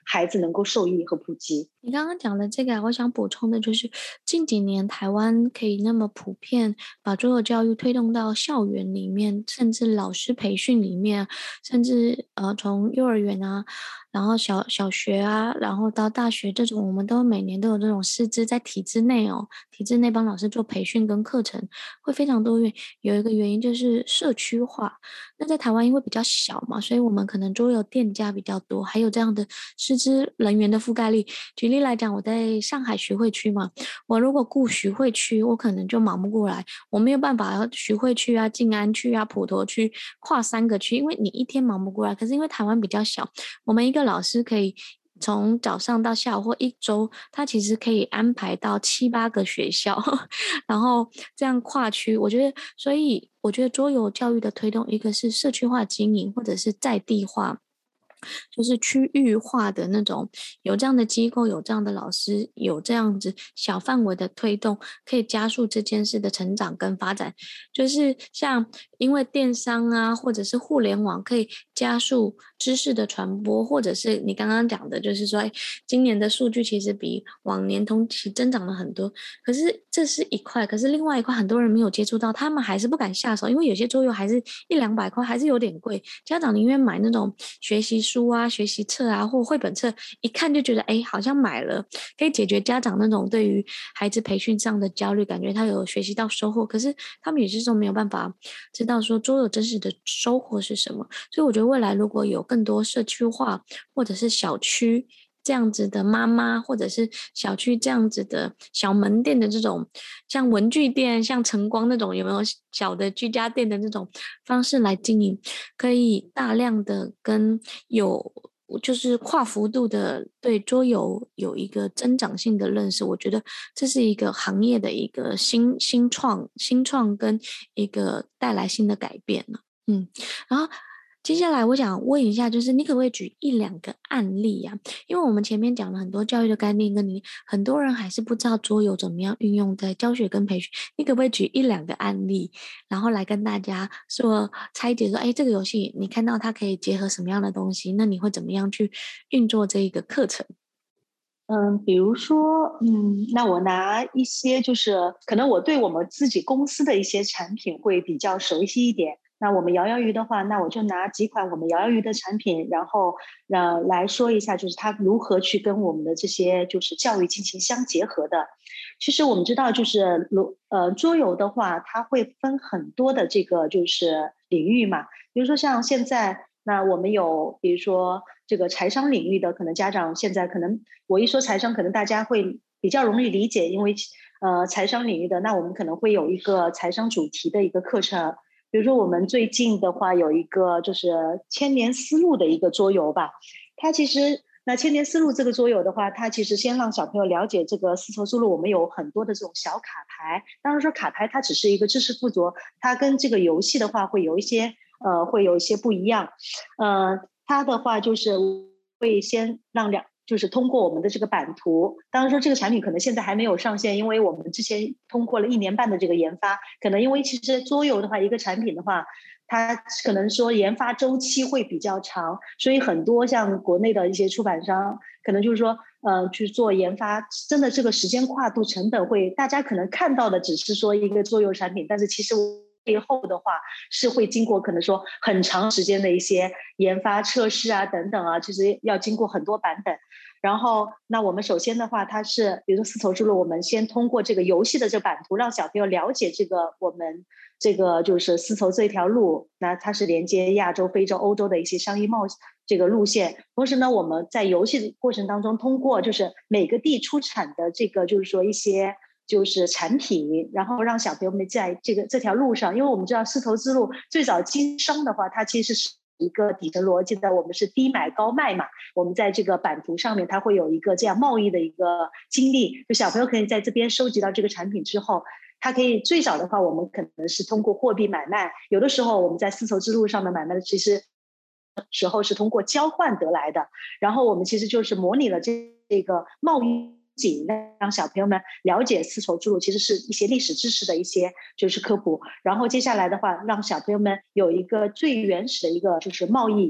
孩子能够受益和普及。 你刚刚讲的这个我想补充的就是近几年台湾可以那么普遍把桌游教育推动到校园里面，甚至老师培训里面，甚至从幼儿园啊，然后小学啊，然后到大学这种，我们都每年都有这种师资在体制内体制内帮老师做培训跟课程会非常多元。有一个原因就是社区化，那在台湾因为比较小嘛，所以我们可能桌游店家比较多，还有这样的师资人员的覆盖率。举例来讲，我在上海徐汇区嘛，我如果顾徐汇区，我可能就忙不过来，我没有办法徐汇区啊、静安区啊、普陀区跨3个区，因为你一天忙不过来。可是因为台湾比较小，我们一个老师可以从早上到下午或一周，他其实可以安排到7、8个学校，然后这样跨区，所以我觉得桌游教育的推动，一个是社区化经营，或者是在地化。就是区域化的那种，有这样的机构，有这样的老师，有这样子小范围的推动，可以加速这件事的成长跟发展。就是像因为电商啊，或者是互联网，可以加速知识的传播，或者是你刚刚讲的，就是说，今年的数据其实比往年同期增长了很多。可是这是一块，可是另外一块很多人没有接触到，他们还是不敢下手，因为有些桌游还是100-200块，还是有点贵。家长宁愿买那种学习书啊、学习册啊或绘本册，一看就觉得好像买了可以解决家长那种对于孩子培训上的焦虑，感觉他有学习到收获。可是他们有些时候没有办法知道说桌游真实的收获是什么。所以我觉得未来如果有更多社区化或者是小区这样子的妈妈，或者是小区这样子的小门店的这种，像文具店、像晨光那种，有没有小的居家店的这种方式来经营，可以大量的跟就是跨幅度的对桌游有一个增长性的认识，我觉得这是一个行业的一个新创跟一个带来新的改变了。然后接下来我想问一下，就是你可不可以举1-2个案例啊？因为我们前面讲了很多教育的概念，跟很多人还是不知道桌游怎么样运用在教学跟培训。你可不可以举1-2个案例，然后来跟大家说拆解说，这个游戏你看到它可以结合什么样的东西？那你会怎么样去运作这一个课程？ 比如说，那我拿一些就是可能我对我们自己公司的一些产品会比较熟悉一点。那我们摇摇鱼的话，那我就拿几款我们摇摇鱼的产品，然后来说一下，就是它如何去跟我们的这些就是教育进行相结合的。其实我们知道，就是桌游的话，它会分很多的这个就是领域嘛，比如说像现在。那我们有，比如说这个财商领域的，可能家长现在可能我一说财商，可能大家会比较容易理解，因为财商领域的，那我们可能会有一个财商主题的一个课程。比如说我们最近的话有一个就是千年思路的一个桌游吧，它其实那千年思路这个桌游的话，它其实先让小朋友了解这个丝绸之路，我们有很多的这种小卡牌。当然说卡牌它只是一个知识附着，它跟这个游戏的话会有一些不一样。它的话就是会先就是通过我们的这个版图，当然说这个产品可能现在还没有上线，因为我们之前通过了1年半的这个研发，可能因为其实桌游的话，一个产品的话，它可能说研发周期会比较长，所以很多像国内的一些出版商，可能就是说，去做研发，真的这个时间跨度成本会，大家可能看到的只是说一个桌游产品，但是其实背后的话是会经过可能说很长时间的一些研发测试啊等等啊，其实要经过很多版本。然后那我们首先的话，它是比如说丝绸之路，我们先通过这个游戏的这个版图，让小朋友了解这个我们这个就是丝绸这条路，那它是连接亚洲、非洲、欧洲的一些商业这个路线。同时呢，我们在游戏过程当中，通过就是每个地出产的这个就是说一些就是产品，然后让小朋友们在这条路上，因为我们知道丝绸之路最早经商的话，它其实是一个底层逻辑的，我们是低买高卖嘛。我们在这个版图上面，它会有一个这样贸易的一个经历，就小朋友可以在这边收集到这个产品之后，它可以最早的话，我们可能是通过货币买卖，有的时候我们在丝绸之路上的买卖的，其实时候是通过交换得来的。然后我们其实就是模拟了这个贸易。让小朋友们了解丝绸之路其实是一些历史知识的一些就是科普，然后接下来的话让小朋友们有一个最原始的一个就是贸易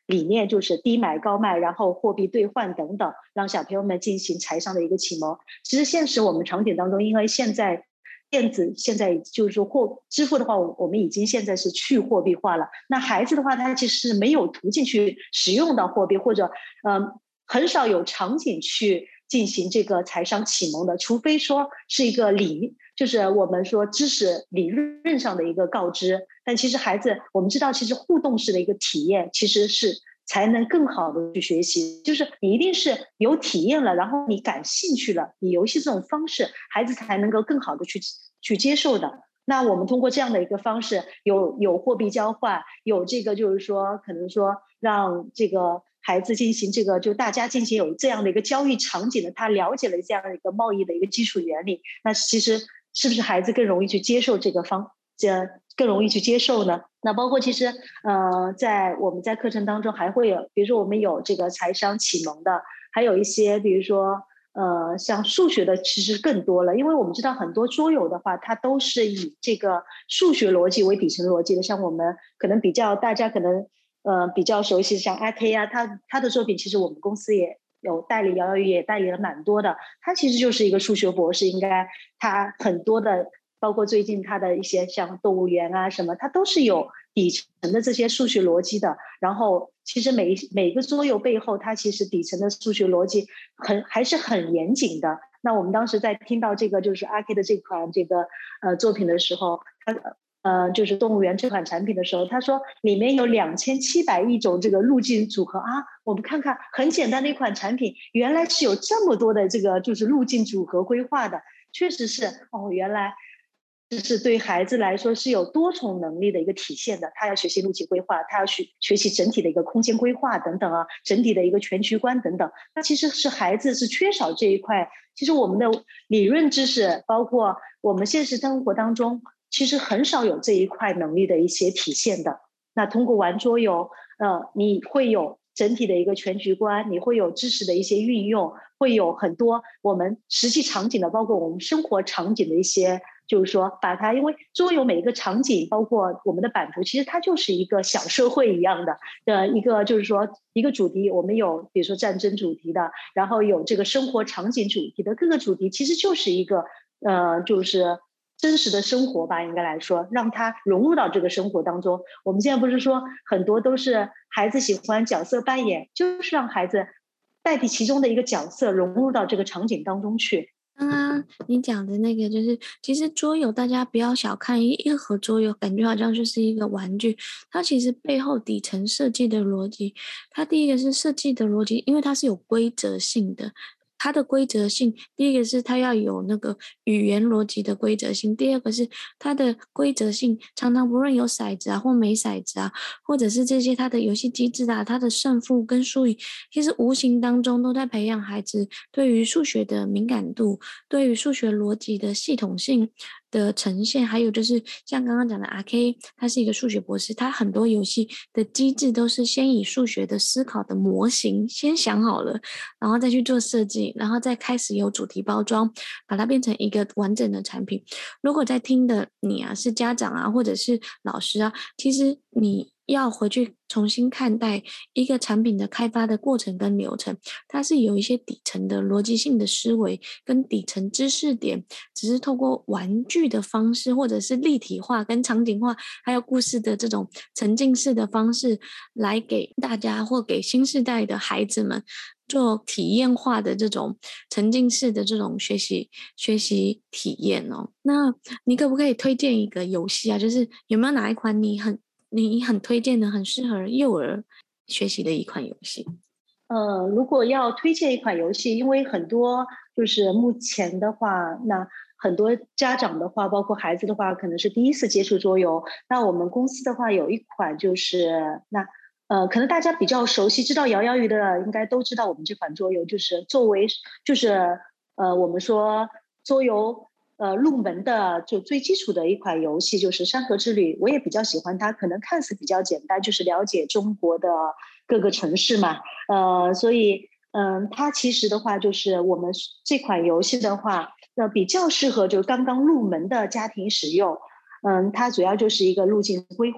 理念，就是低买高卖，然后货币兑换等等，让小朋友们进行财商的一个启蒙。其实现实我们场景当中，因为现在电子现在就是说支付的话，我们已经现在是去货币化了。那孩子的话，他其实是没有途径去使用到货币，或者很少有场景去进行这个财商启蒙的，除非说是一个就是我们说知识理论上的一个告知。但其实孩子，我们知道，其实互动式的一个体验，其实是才能更好的去学习。就是你一定是有体验了，然后你感兴趣了，你游戏这种方式，孩子才能够更好的去接受的。那我们通过这样的一个方式，有货币交换，有这个就是说，可能说让这个孩子进行这个，就大家进行有这样的一个交易场景的，他了解了这样的一个贸易的一个基础原理，那其实是不是孩子更容易去接受更容易去接受呢？那包括其实我们在课程当中还会有，比如说我们有这个财商启蒙的，还有一些比如说像数学的其实更多了，因为我们知道很多桌游的话，它都是以这个数学逻辑为底层逻辑的。像我们可能大家可能比较熟悉，像阿 K 啊，他的作品其实我们公司也有代理，摇摇鱼也代理了蛮多的。他其实就是一个数学博士，应该他很多的，包括最近他的一些像动物园啊什么，他都是有底层的这些数学逻辑的。然后其实每个桌游背后，它其实底层的数学逻辑还是很严谨的。那我们当时在听到这个就是阿 K 的这款这个作品的时候，就是动物园这款产品的时候，他说里面有2700亿种这个路径组合啊，我们看看很简单的一款产品，原来是有这么多的这个就是路径组合规划的，确实是原来是对孩子来说是有多重能力的一个体现的。他要学习路径规划，他要学习整体的一个空间规划等等啊，整体的一个全局观等等。那其实是孩子是缺少这一块。其实我们的理论知识，包括我们现实生活当中，其实很少有这一块能力的一些体现的。那通过玩桌游，你会有整体的一个全局观，你会有知识的一些运用，会有很多我们实际场景的，包括我们生活场景的一些，就是说把它，因为桌游每一个场景，包括我们的版图，其实它就是一个小社会一样的一个，就是说一个主题。我们有比如说战争主题的，然后有这个生活场景主题的，各个主题其实就是一个就是真实的生活吧，应该来说，让它融入到这个生活当中。我们现在不是说很多都是孩子喜欢角色扮演，就是让孩子代替其中的一个角色，融入到这个场景当中去。 刚刚你讲的那个，就是其实桌游，大家不要小看一盒桌游，感觉好像就是一个玩具，它其实背后底层设计的逻辑，它第一个是设计的逻辑，因为它是有规则性的。它的规则性，第一个是它要有那个语言逻辑的规则性，第二个是它的规则性常常不论有骰子啊或没骰子啊，或者是这些它的游戏机制啊，它的胜负跟输赢，其实无形当中都在培养孩子对于数学的敏感度，对于数学逻辑的系统性的呈现。还有就是像刚刚讲的RK，他是一个数学博士，他很多游戏的机制都是先以数学的思考的模型先想好了，然后再去做设计，然后再开始有主题包装，把它变成一个完整的产品。如果在听的你啊是家长啊，或者是老师啊，其实你要回去重新看待一个产品的开发的过程跟流程，它是有一些底层的逻辑性的思维跟底层知识点，只是透过玩具的方式，或者是立体化跟场景化，还有故事的这种沉浸式的方式，来给大家或给新世代的孩子们做体验化的这种沉浸式的这种学习体验哦。那你可不可以推荐一个游戏啊？就是有没有哪一款你很推荐的，很适合幼儿学习的一款游戏？ 如果要推荐一款游戏，因为很多就是目前的话，那很多家长的话，包括孩子的话，可能是第一次接触桌游。那我们公司的话有一款就是可能大家比较熟悉，知道摇摇鱼的应该都知道我们这款桌游，就是作为就是我们说桌游入门的就最基础的一款游戏就是《山河之旅》，我也比较喜欢它，可能看似比较简单，就是了解中国的各个城市嘛，所以它其实的话就是我们这款游戏的话，比较适合就刚刚入门的家庭使用。它主要就是一个路径规划，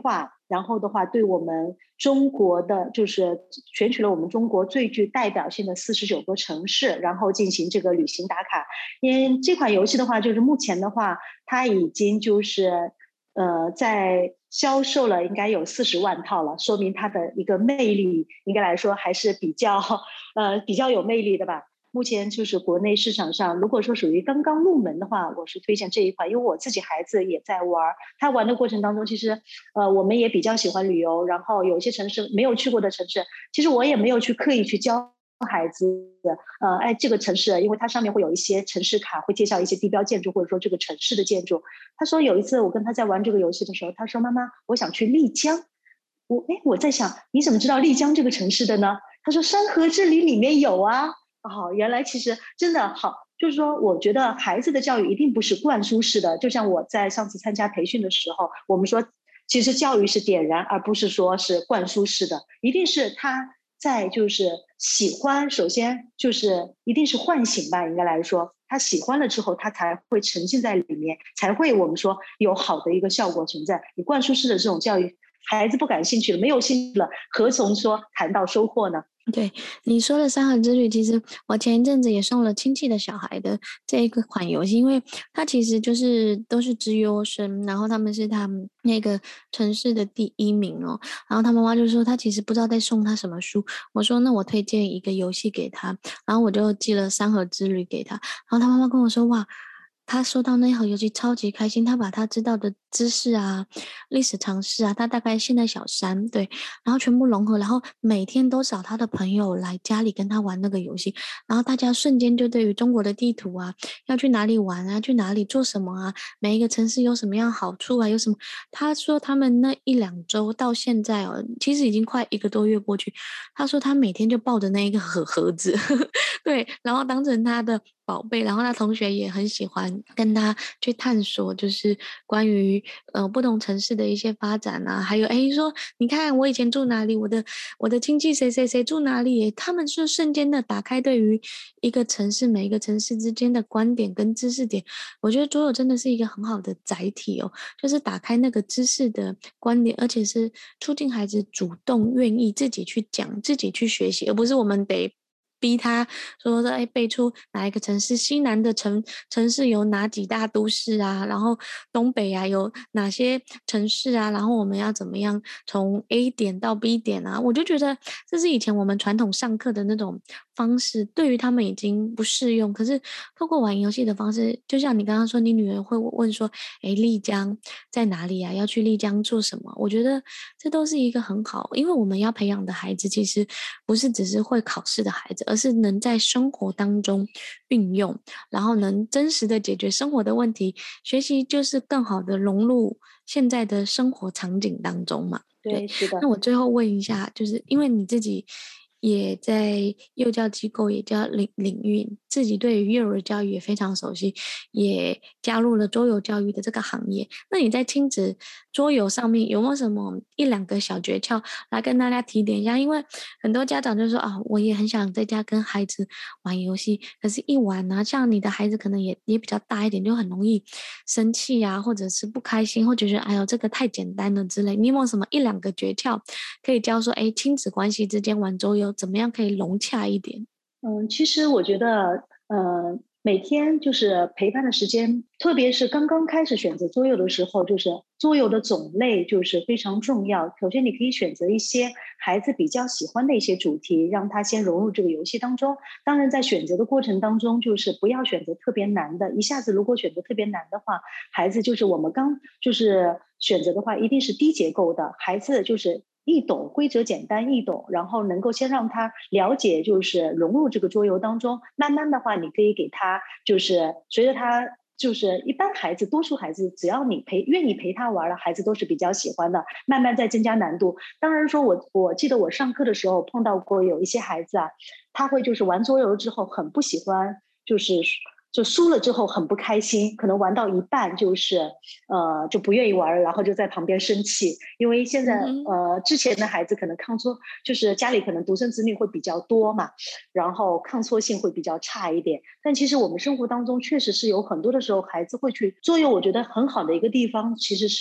然后的话对我们中国的就是选取了我们中国最具代表性的49个城市，然后进行这个旅行打卡。因为这款游戏的话，就是目前的话，它已经就是在销售了应该有40万套了，说明它的一个魅力应该来说还是比较有魅力的吧。目前就是国内市场上，如果说属于刚刚入门的话，我是推荐这一款，因为我自己孩子也在玩，他玩的过程当中，其实我们也比较喜欢旅游，然后有一些城市没有去过的城市，其实我也没有去刻意去教孩子这个城市，因为它上面会有一些城市卡，会介绍一些地标建筑或者说这个城市的建筑。他说有一次我跟他在玩这个游戏的时候，他说妈妈，我想去丽江。我在想你怎么知道丽江这个城市的呢？他说山河之旅里面有啊。哦，原来其实真的好，就是说，我觉得孩子的教育一定不是灌输式的。就像我在上次参加培训的时候，我们说，其实教育是点燃，而不是说是灌输式的，一定是他在就是喜欢，首先就是一定是唤醒吧，应该来说，他喜欢了之后，他才会沉浸在里面，才会我们说有好的一个效果存在。你灌输式的这种教育，孩子不感兴趣了，没有兴趣了，何从说谈到收获呢？ 对，你说的山河之旅，其实我前一阵子也送了亲戚的小孩的这一个款游戏，因为它其实就是都是资优生，然后他们是他们那个城市的第一名哦，然后他妈妈就说他其实不知道在送他什么书，我说那我推荐一个游戏给他，然后我就寄了山河之旅给他，然后他妈妈跟我说哇。他收到那盒游戏超级开心，他把他知道的知识啊、历史常识啊，他大概现在小三，对，然后全部融合，然后每天都找他的朋友来家里跟他玩那个游戏，然后大家瞬间就对于中国的地图啊，要去哪里玩啊，去哪里做什么啊，每一个城市有什么样好处啊，有什么？他说他们那一两周到现在哦，其实已经快1个多月过去，他说他每天就抱着那一个盒子，对，然后当成他的宝贝，然后他同学也很喜欢跟他去探索，就是关于不同城市的一些发展啊，还有说你看我以前住哪里，我的亲戚谁谁谁住哪里耶，他们是瞬间的打开对于一个城市每一个城市之间的观点跟知识点，我觉得桌游真的是一个很好的载体哦，就是打开那个知识的观点，而且是促进孩子主动愿意自己去讲、自己去学习，而不是我们得逼他说背出哪一个城市，西南的城市有哪几大都市啊，然后东北啊有哪些城市啊，然后我们要怎么样从 A 点到 B 点啊，我就觉得这是以前我们传统上课的那种方式，对于他们已经不适用。可是透过玩游戏的方式，就像你刚刚说，你女儿会问说，丽江在哪里啊？要去丽江做什么？我觉得这都是一个很好，因为我们要培养的孩子，其实不是只是会考试的孩子，而是能在生活当中运用，然后能真实的解决生活的问题。学习就是更好的融入现在的生活场景当中嘛。对， 对，是的。 那我最后问一下，就是因为你自己也在幼教机构、也教领域，自己对于幼儿教育也非常熟悉，也加入了桌游教育的这个行业。那你在亲子桌游上面有没有什么一两个小诀窍来跟大家提点一下？因为很多家长就说啊，我也很想在家跟孩子玩游戏，可是一玩呢、像你的孩子可能也比较大一点，就很容易生气啊，或者是不开心，或者是哎呦这个太简单了之类。你有没有什么一两个诀窍可以教说，亲子关系之间玩桌游怎么样可以融洽一点？ 其实我觉得，每天就是陪伴的时间，特别是刚刚开始选择桌游的时候，就是桌游的种类就是非常重要。首先，你可以选择一些孩子比较喜欢的一些主题，让他先融入这个游戏当中。当然，在选择的过程当中，就是不要选择特别难的。一下子如果选择特别难的话，孩子就是我们刚就是选择的话，一定是低结构的，孩子就是易懂，规则简单易懂，然后能够先让他了解，就是融入这个桌游当中。慢慢的话，你可以给他，就是随着他。就是一般孩子，多数孩子，只要你愿意陪他玩了，孩子都是比较喜欢的。慢慢再增加难度。当然说我记得我上课的时候碰到过有一些孩子啊，他会就是玩桌游之后很不喜欢，就输了之后很不开心，可能玩到一半就不愿意玩了，然后就在旁边生气。因为现在嗯哼， 之前的孩子可能抗挫，就是家里可能独生子女会比较多嘛，然后抗挫性会比较差一点。但其实我们生活当中确实是有很多的时候，孩子会去桌游。我觉得很好的一个地方其实是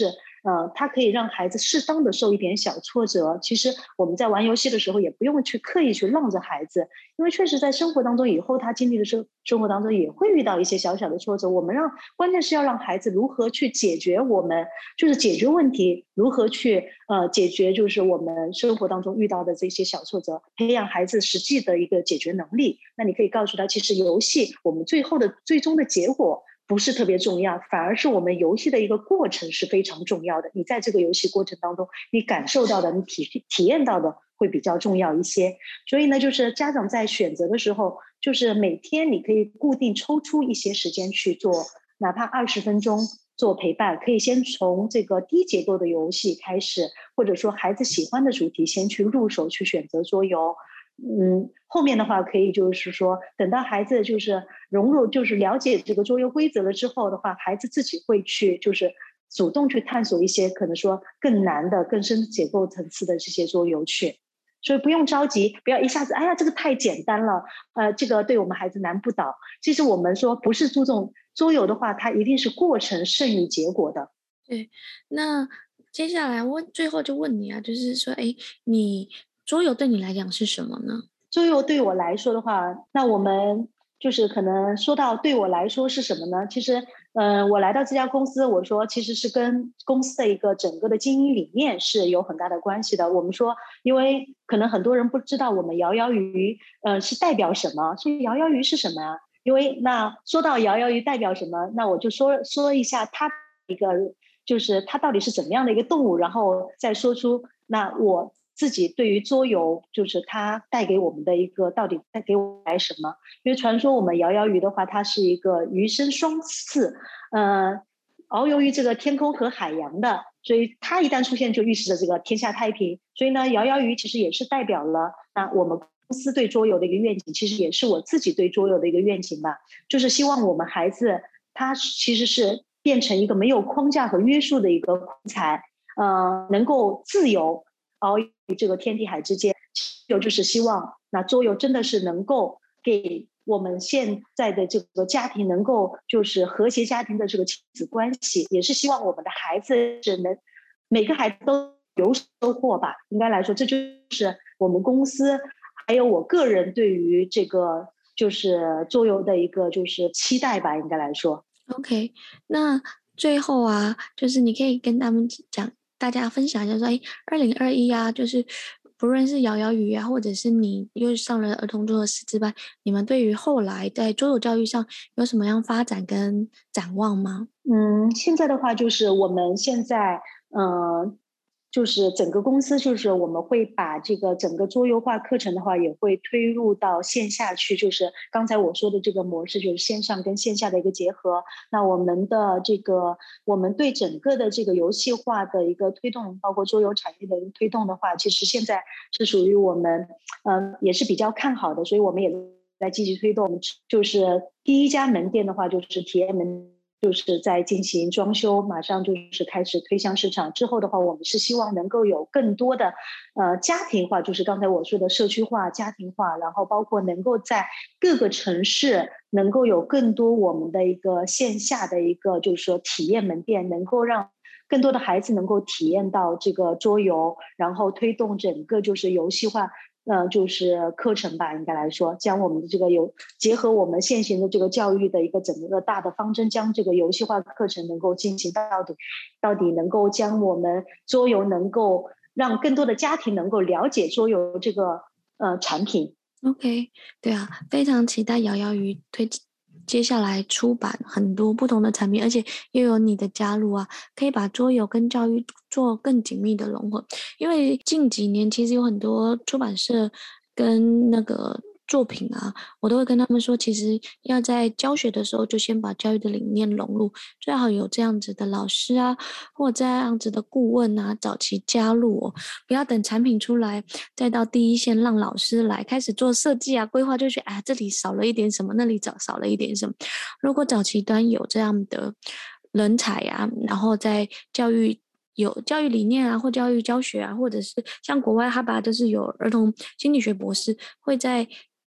它可以让孩子适当的受一点小挫折。其实我们在玩游戏的时候，也不用去刻意去让着孩子，因为确实在生活当中，以后他经历的生活当中也会遇到一些小小的挫折。关键是要让孩子如何去解决解决问题，如何去解决就是我们生活当中遇到的这些小挫折，培养孩子实际的一个解决能力。那你可以告诉他，其实游戏我们最终的结果不是特别重要，反而是我们游戏的一个过程是非常重要的。你在这个游戏过程当中，你感受到的，你体验到的会比较重要一些。所以呢，就是家长在选择的时候，就是每天你可以固定抽出一些时间去做，哪怕20分钟做陪伴，可以先从这个低节奏的游戏开始，或者说孩子喜欢的主题先去入手去选择桌游。后面的话可以就是说，等到孩子就是融入，就是了解这个桌游规则了之后的话，孩子自己会去就是主动去探索一些可能说更难的、更深结构层次的这些桌游去。所以不用着急，不要一下子，哎呀，这个太简单了，这个对我们孩子难不倒。其实我们说不是注重桌游的话，它一定是过程胜于结果的。 对，那接下来最后就问你啊，就是说，哎，桌游对你来讲是什么呢？ 桌游对我来说的话，那我们就是可能说到对我来说是什么呢？其实，我来到这家公司，我说其实是跟公司的一个整个的经营理念是有很大的关系的。我们说，因为可能很多人不知道我们摇摇鱼，是代表什么？所以摇摇鱼是什么啊？因为那说到摇摇鱼代表什么，那我就说一下它一个，就是它到底是怎么样的一个动物，然后再说出那我自己对于桌游，就是它带给我们的一个到底带给我来什么？因为传说我们摇摇鱼的话，它是一个鱼身双翅，遨游于这个天空和海洋的，所以它一旦出现就预示着这个天下太平。所以呢，摇摇鱼其实也是代表了那我们公司对桌游的一个愿景，其实也是我自己对桌游的一个愿景吧，就是希望我们孩子他其实是变成一个没有框架和约束的一个才，能够自由遨于这个天地海之间。有就是希望那桌游真的是能够给我们现在的这个家庭能够就是和谐家庭的这个亲子关系，也是希望我们的孩子每个孩子都有收获吧。应该来说，这就是我们公司还有我个人对于这个就是桌游的一个就是期待吧。应该来说。 OK，那最后啊，就是你可以跟大家分享一下说，哎，2021啊，就是不论是摇摇鱼啊，或者是你又上了儿童桌游师资班，你们对于后来在桌游教育上有什么样发展跟展望吗？ 现在的话就是我们现在，就是整个公司，就是我们会把这个整个桌游化课程的话，也会推入到线下去。就是刚才我说的这个模式，就是线上跟线下的一个结合。那我们对整个的这个游戏化的一个推动，包括桌游产业的一个推动的话，其实现在是属于我们，也是比较看好的，所以我们也在积极推动。就是第一家门店的话，就是体验门。就是在进行装修，马上就是开始推向市场。之后的话，我们是希望能够有更多的家庭化，就是刚才我说的社区化、家庭化，然后包括能够在各个城市能够有更多我们的一个线下的一个就是说体验门店，能够让更多的孩子能够体验到这个桌游，然后推动整个就是游戏化。就是课程吧，应该来说，将我们的这个结合我们现行的这个教育的一个整个大的方针，将这个游戏化课程能够进行到底能够将我们桌游能够让更多的家庭能够了解桌游这个产品。 OK，对啊，非常期待摇摇鱼接下来出版很多不同的产品，而且又有你的加入啊，可以把桌游跟教育做更紧密的融合。因为近几年其实有很多出版社跟那个作品啊，我都会跟他们说，其实要在教学的时候就先把教育的理念融入，最好有这样子的老师啊，或这样子的顾问啊，早期加入哦，不要等产品出来再到第一线让老师来开始做设计啊、规划，就觉得哎这里少了一点什么，那里少了一点什么。如果早期端有这样的人才啊，然后在有教育理念啊，或教育教学啊，或者是像国外哈巴就是有儿童心理学博士会在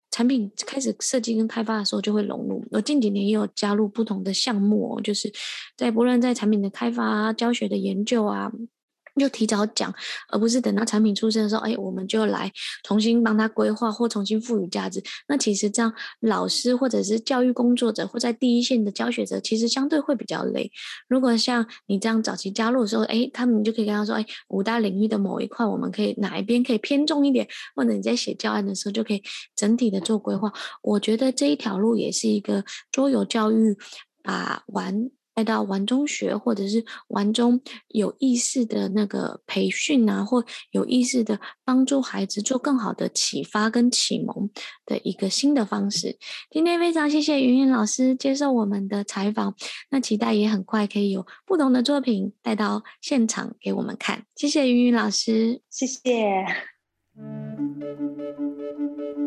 产品开始设计跟开发的时候就会融入。我近几年也有加入不同的项目就是不论在产品的开发啊、教学的研究啊，就提早讲，而不是等到产品出生的时候，我们就来重新帮他规划或重新赋予价值。那其实这样，老师或者是教育工作者或在第一线的教学者，其实相对会比较累。如果像你这样早期加入的时候，他们就可以跟他说，5大领域的某一块，我们可以哪一边可以偏重一点，或者你在写教案的时候就可以整体的做规划。我觉得这一条路也是一个桌游教育把带到玩中学，或者是玩中有意识的那个培训啊，或有意识的帮助孩子做更好的启发跟启蒙的一个新的方式。今天非常谢谢云云老师接受我们的采访，那期待也很快可以有不同的作品带到现场给我们看。谢谢云云老师， 谢谢。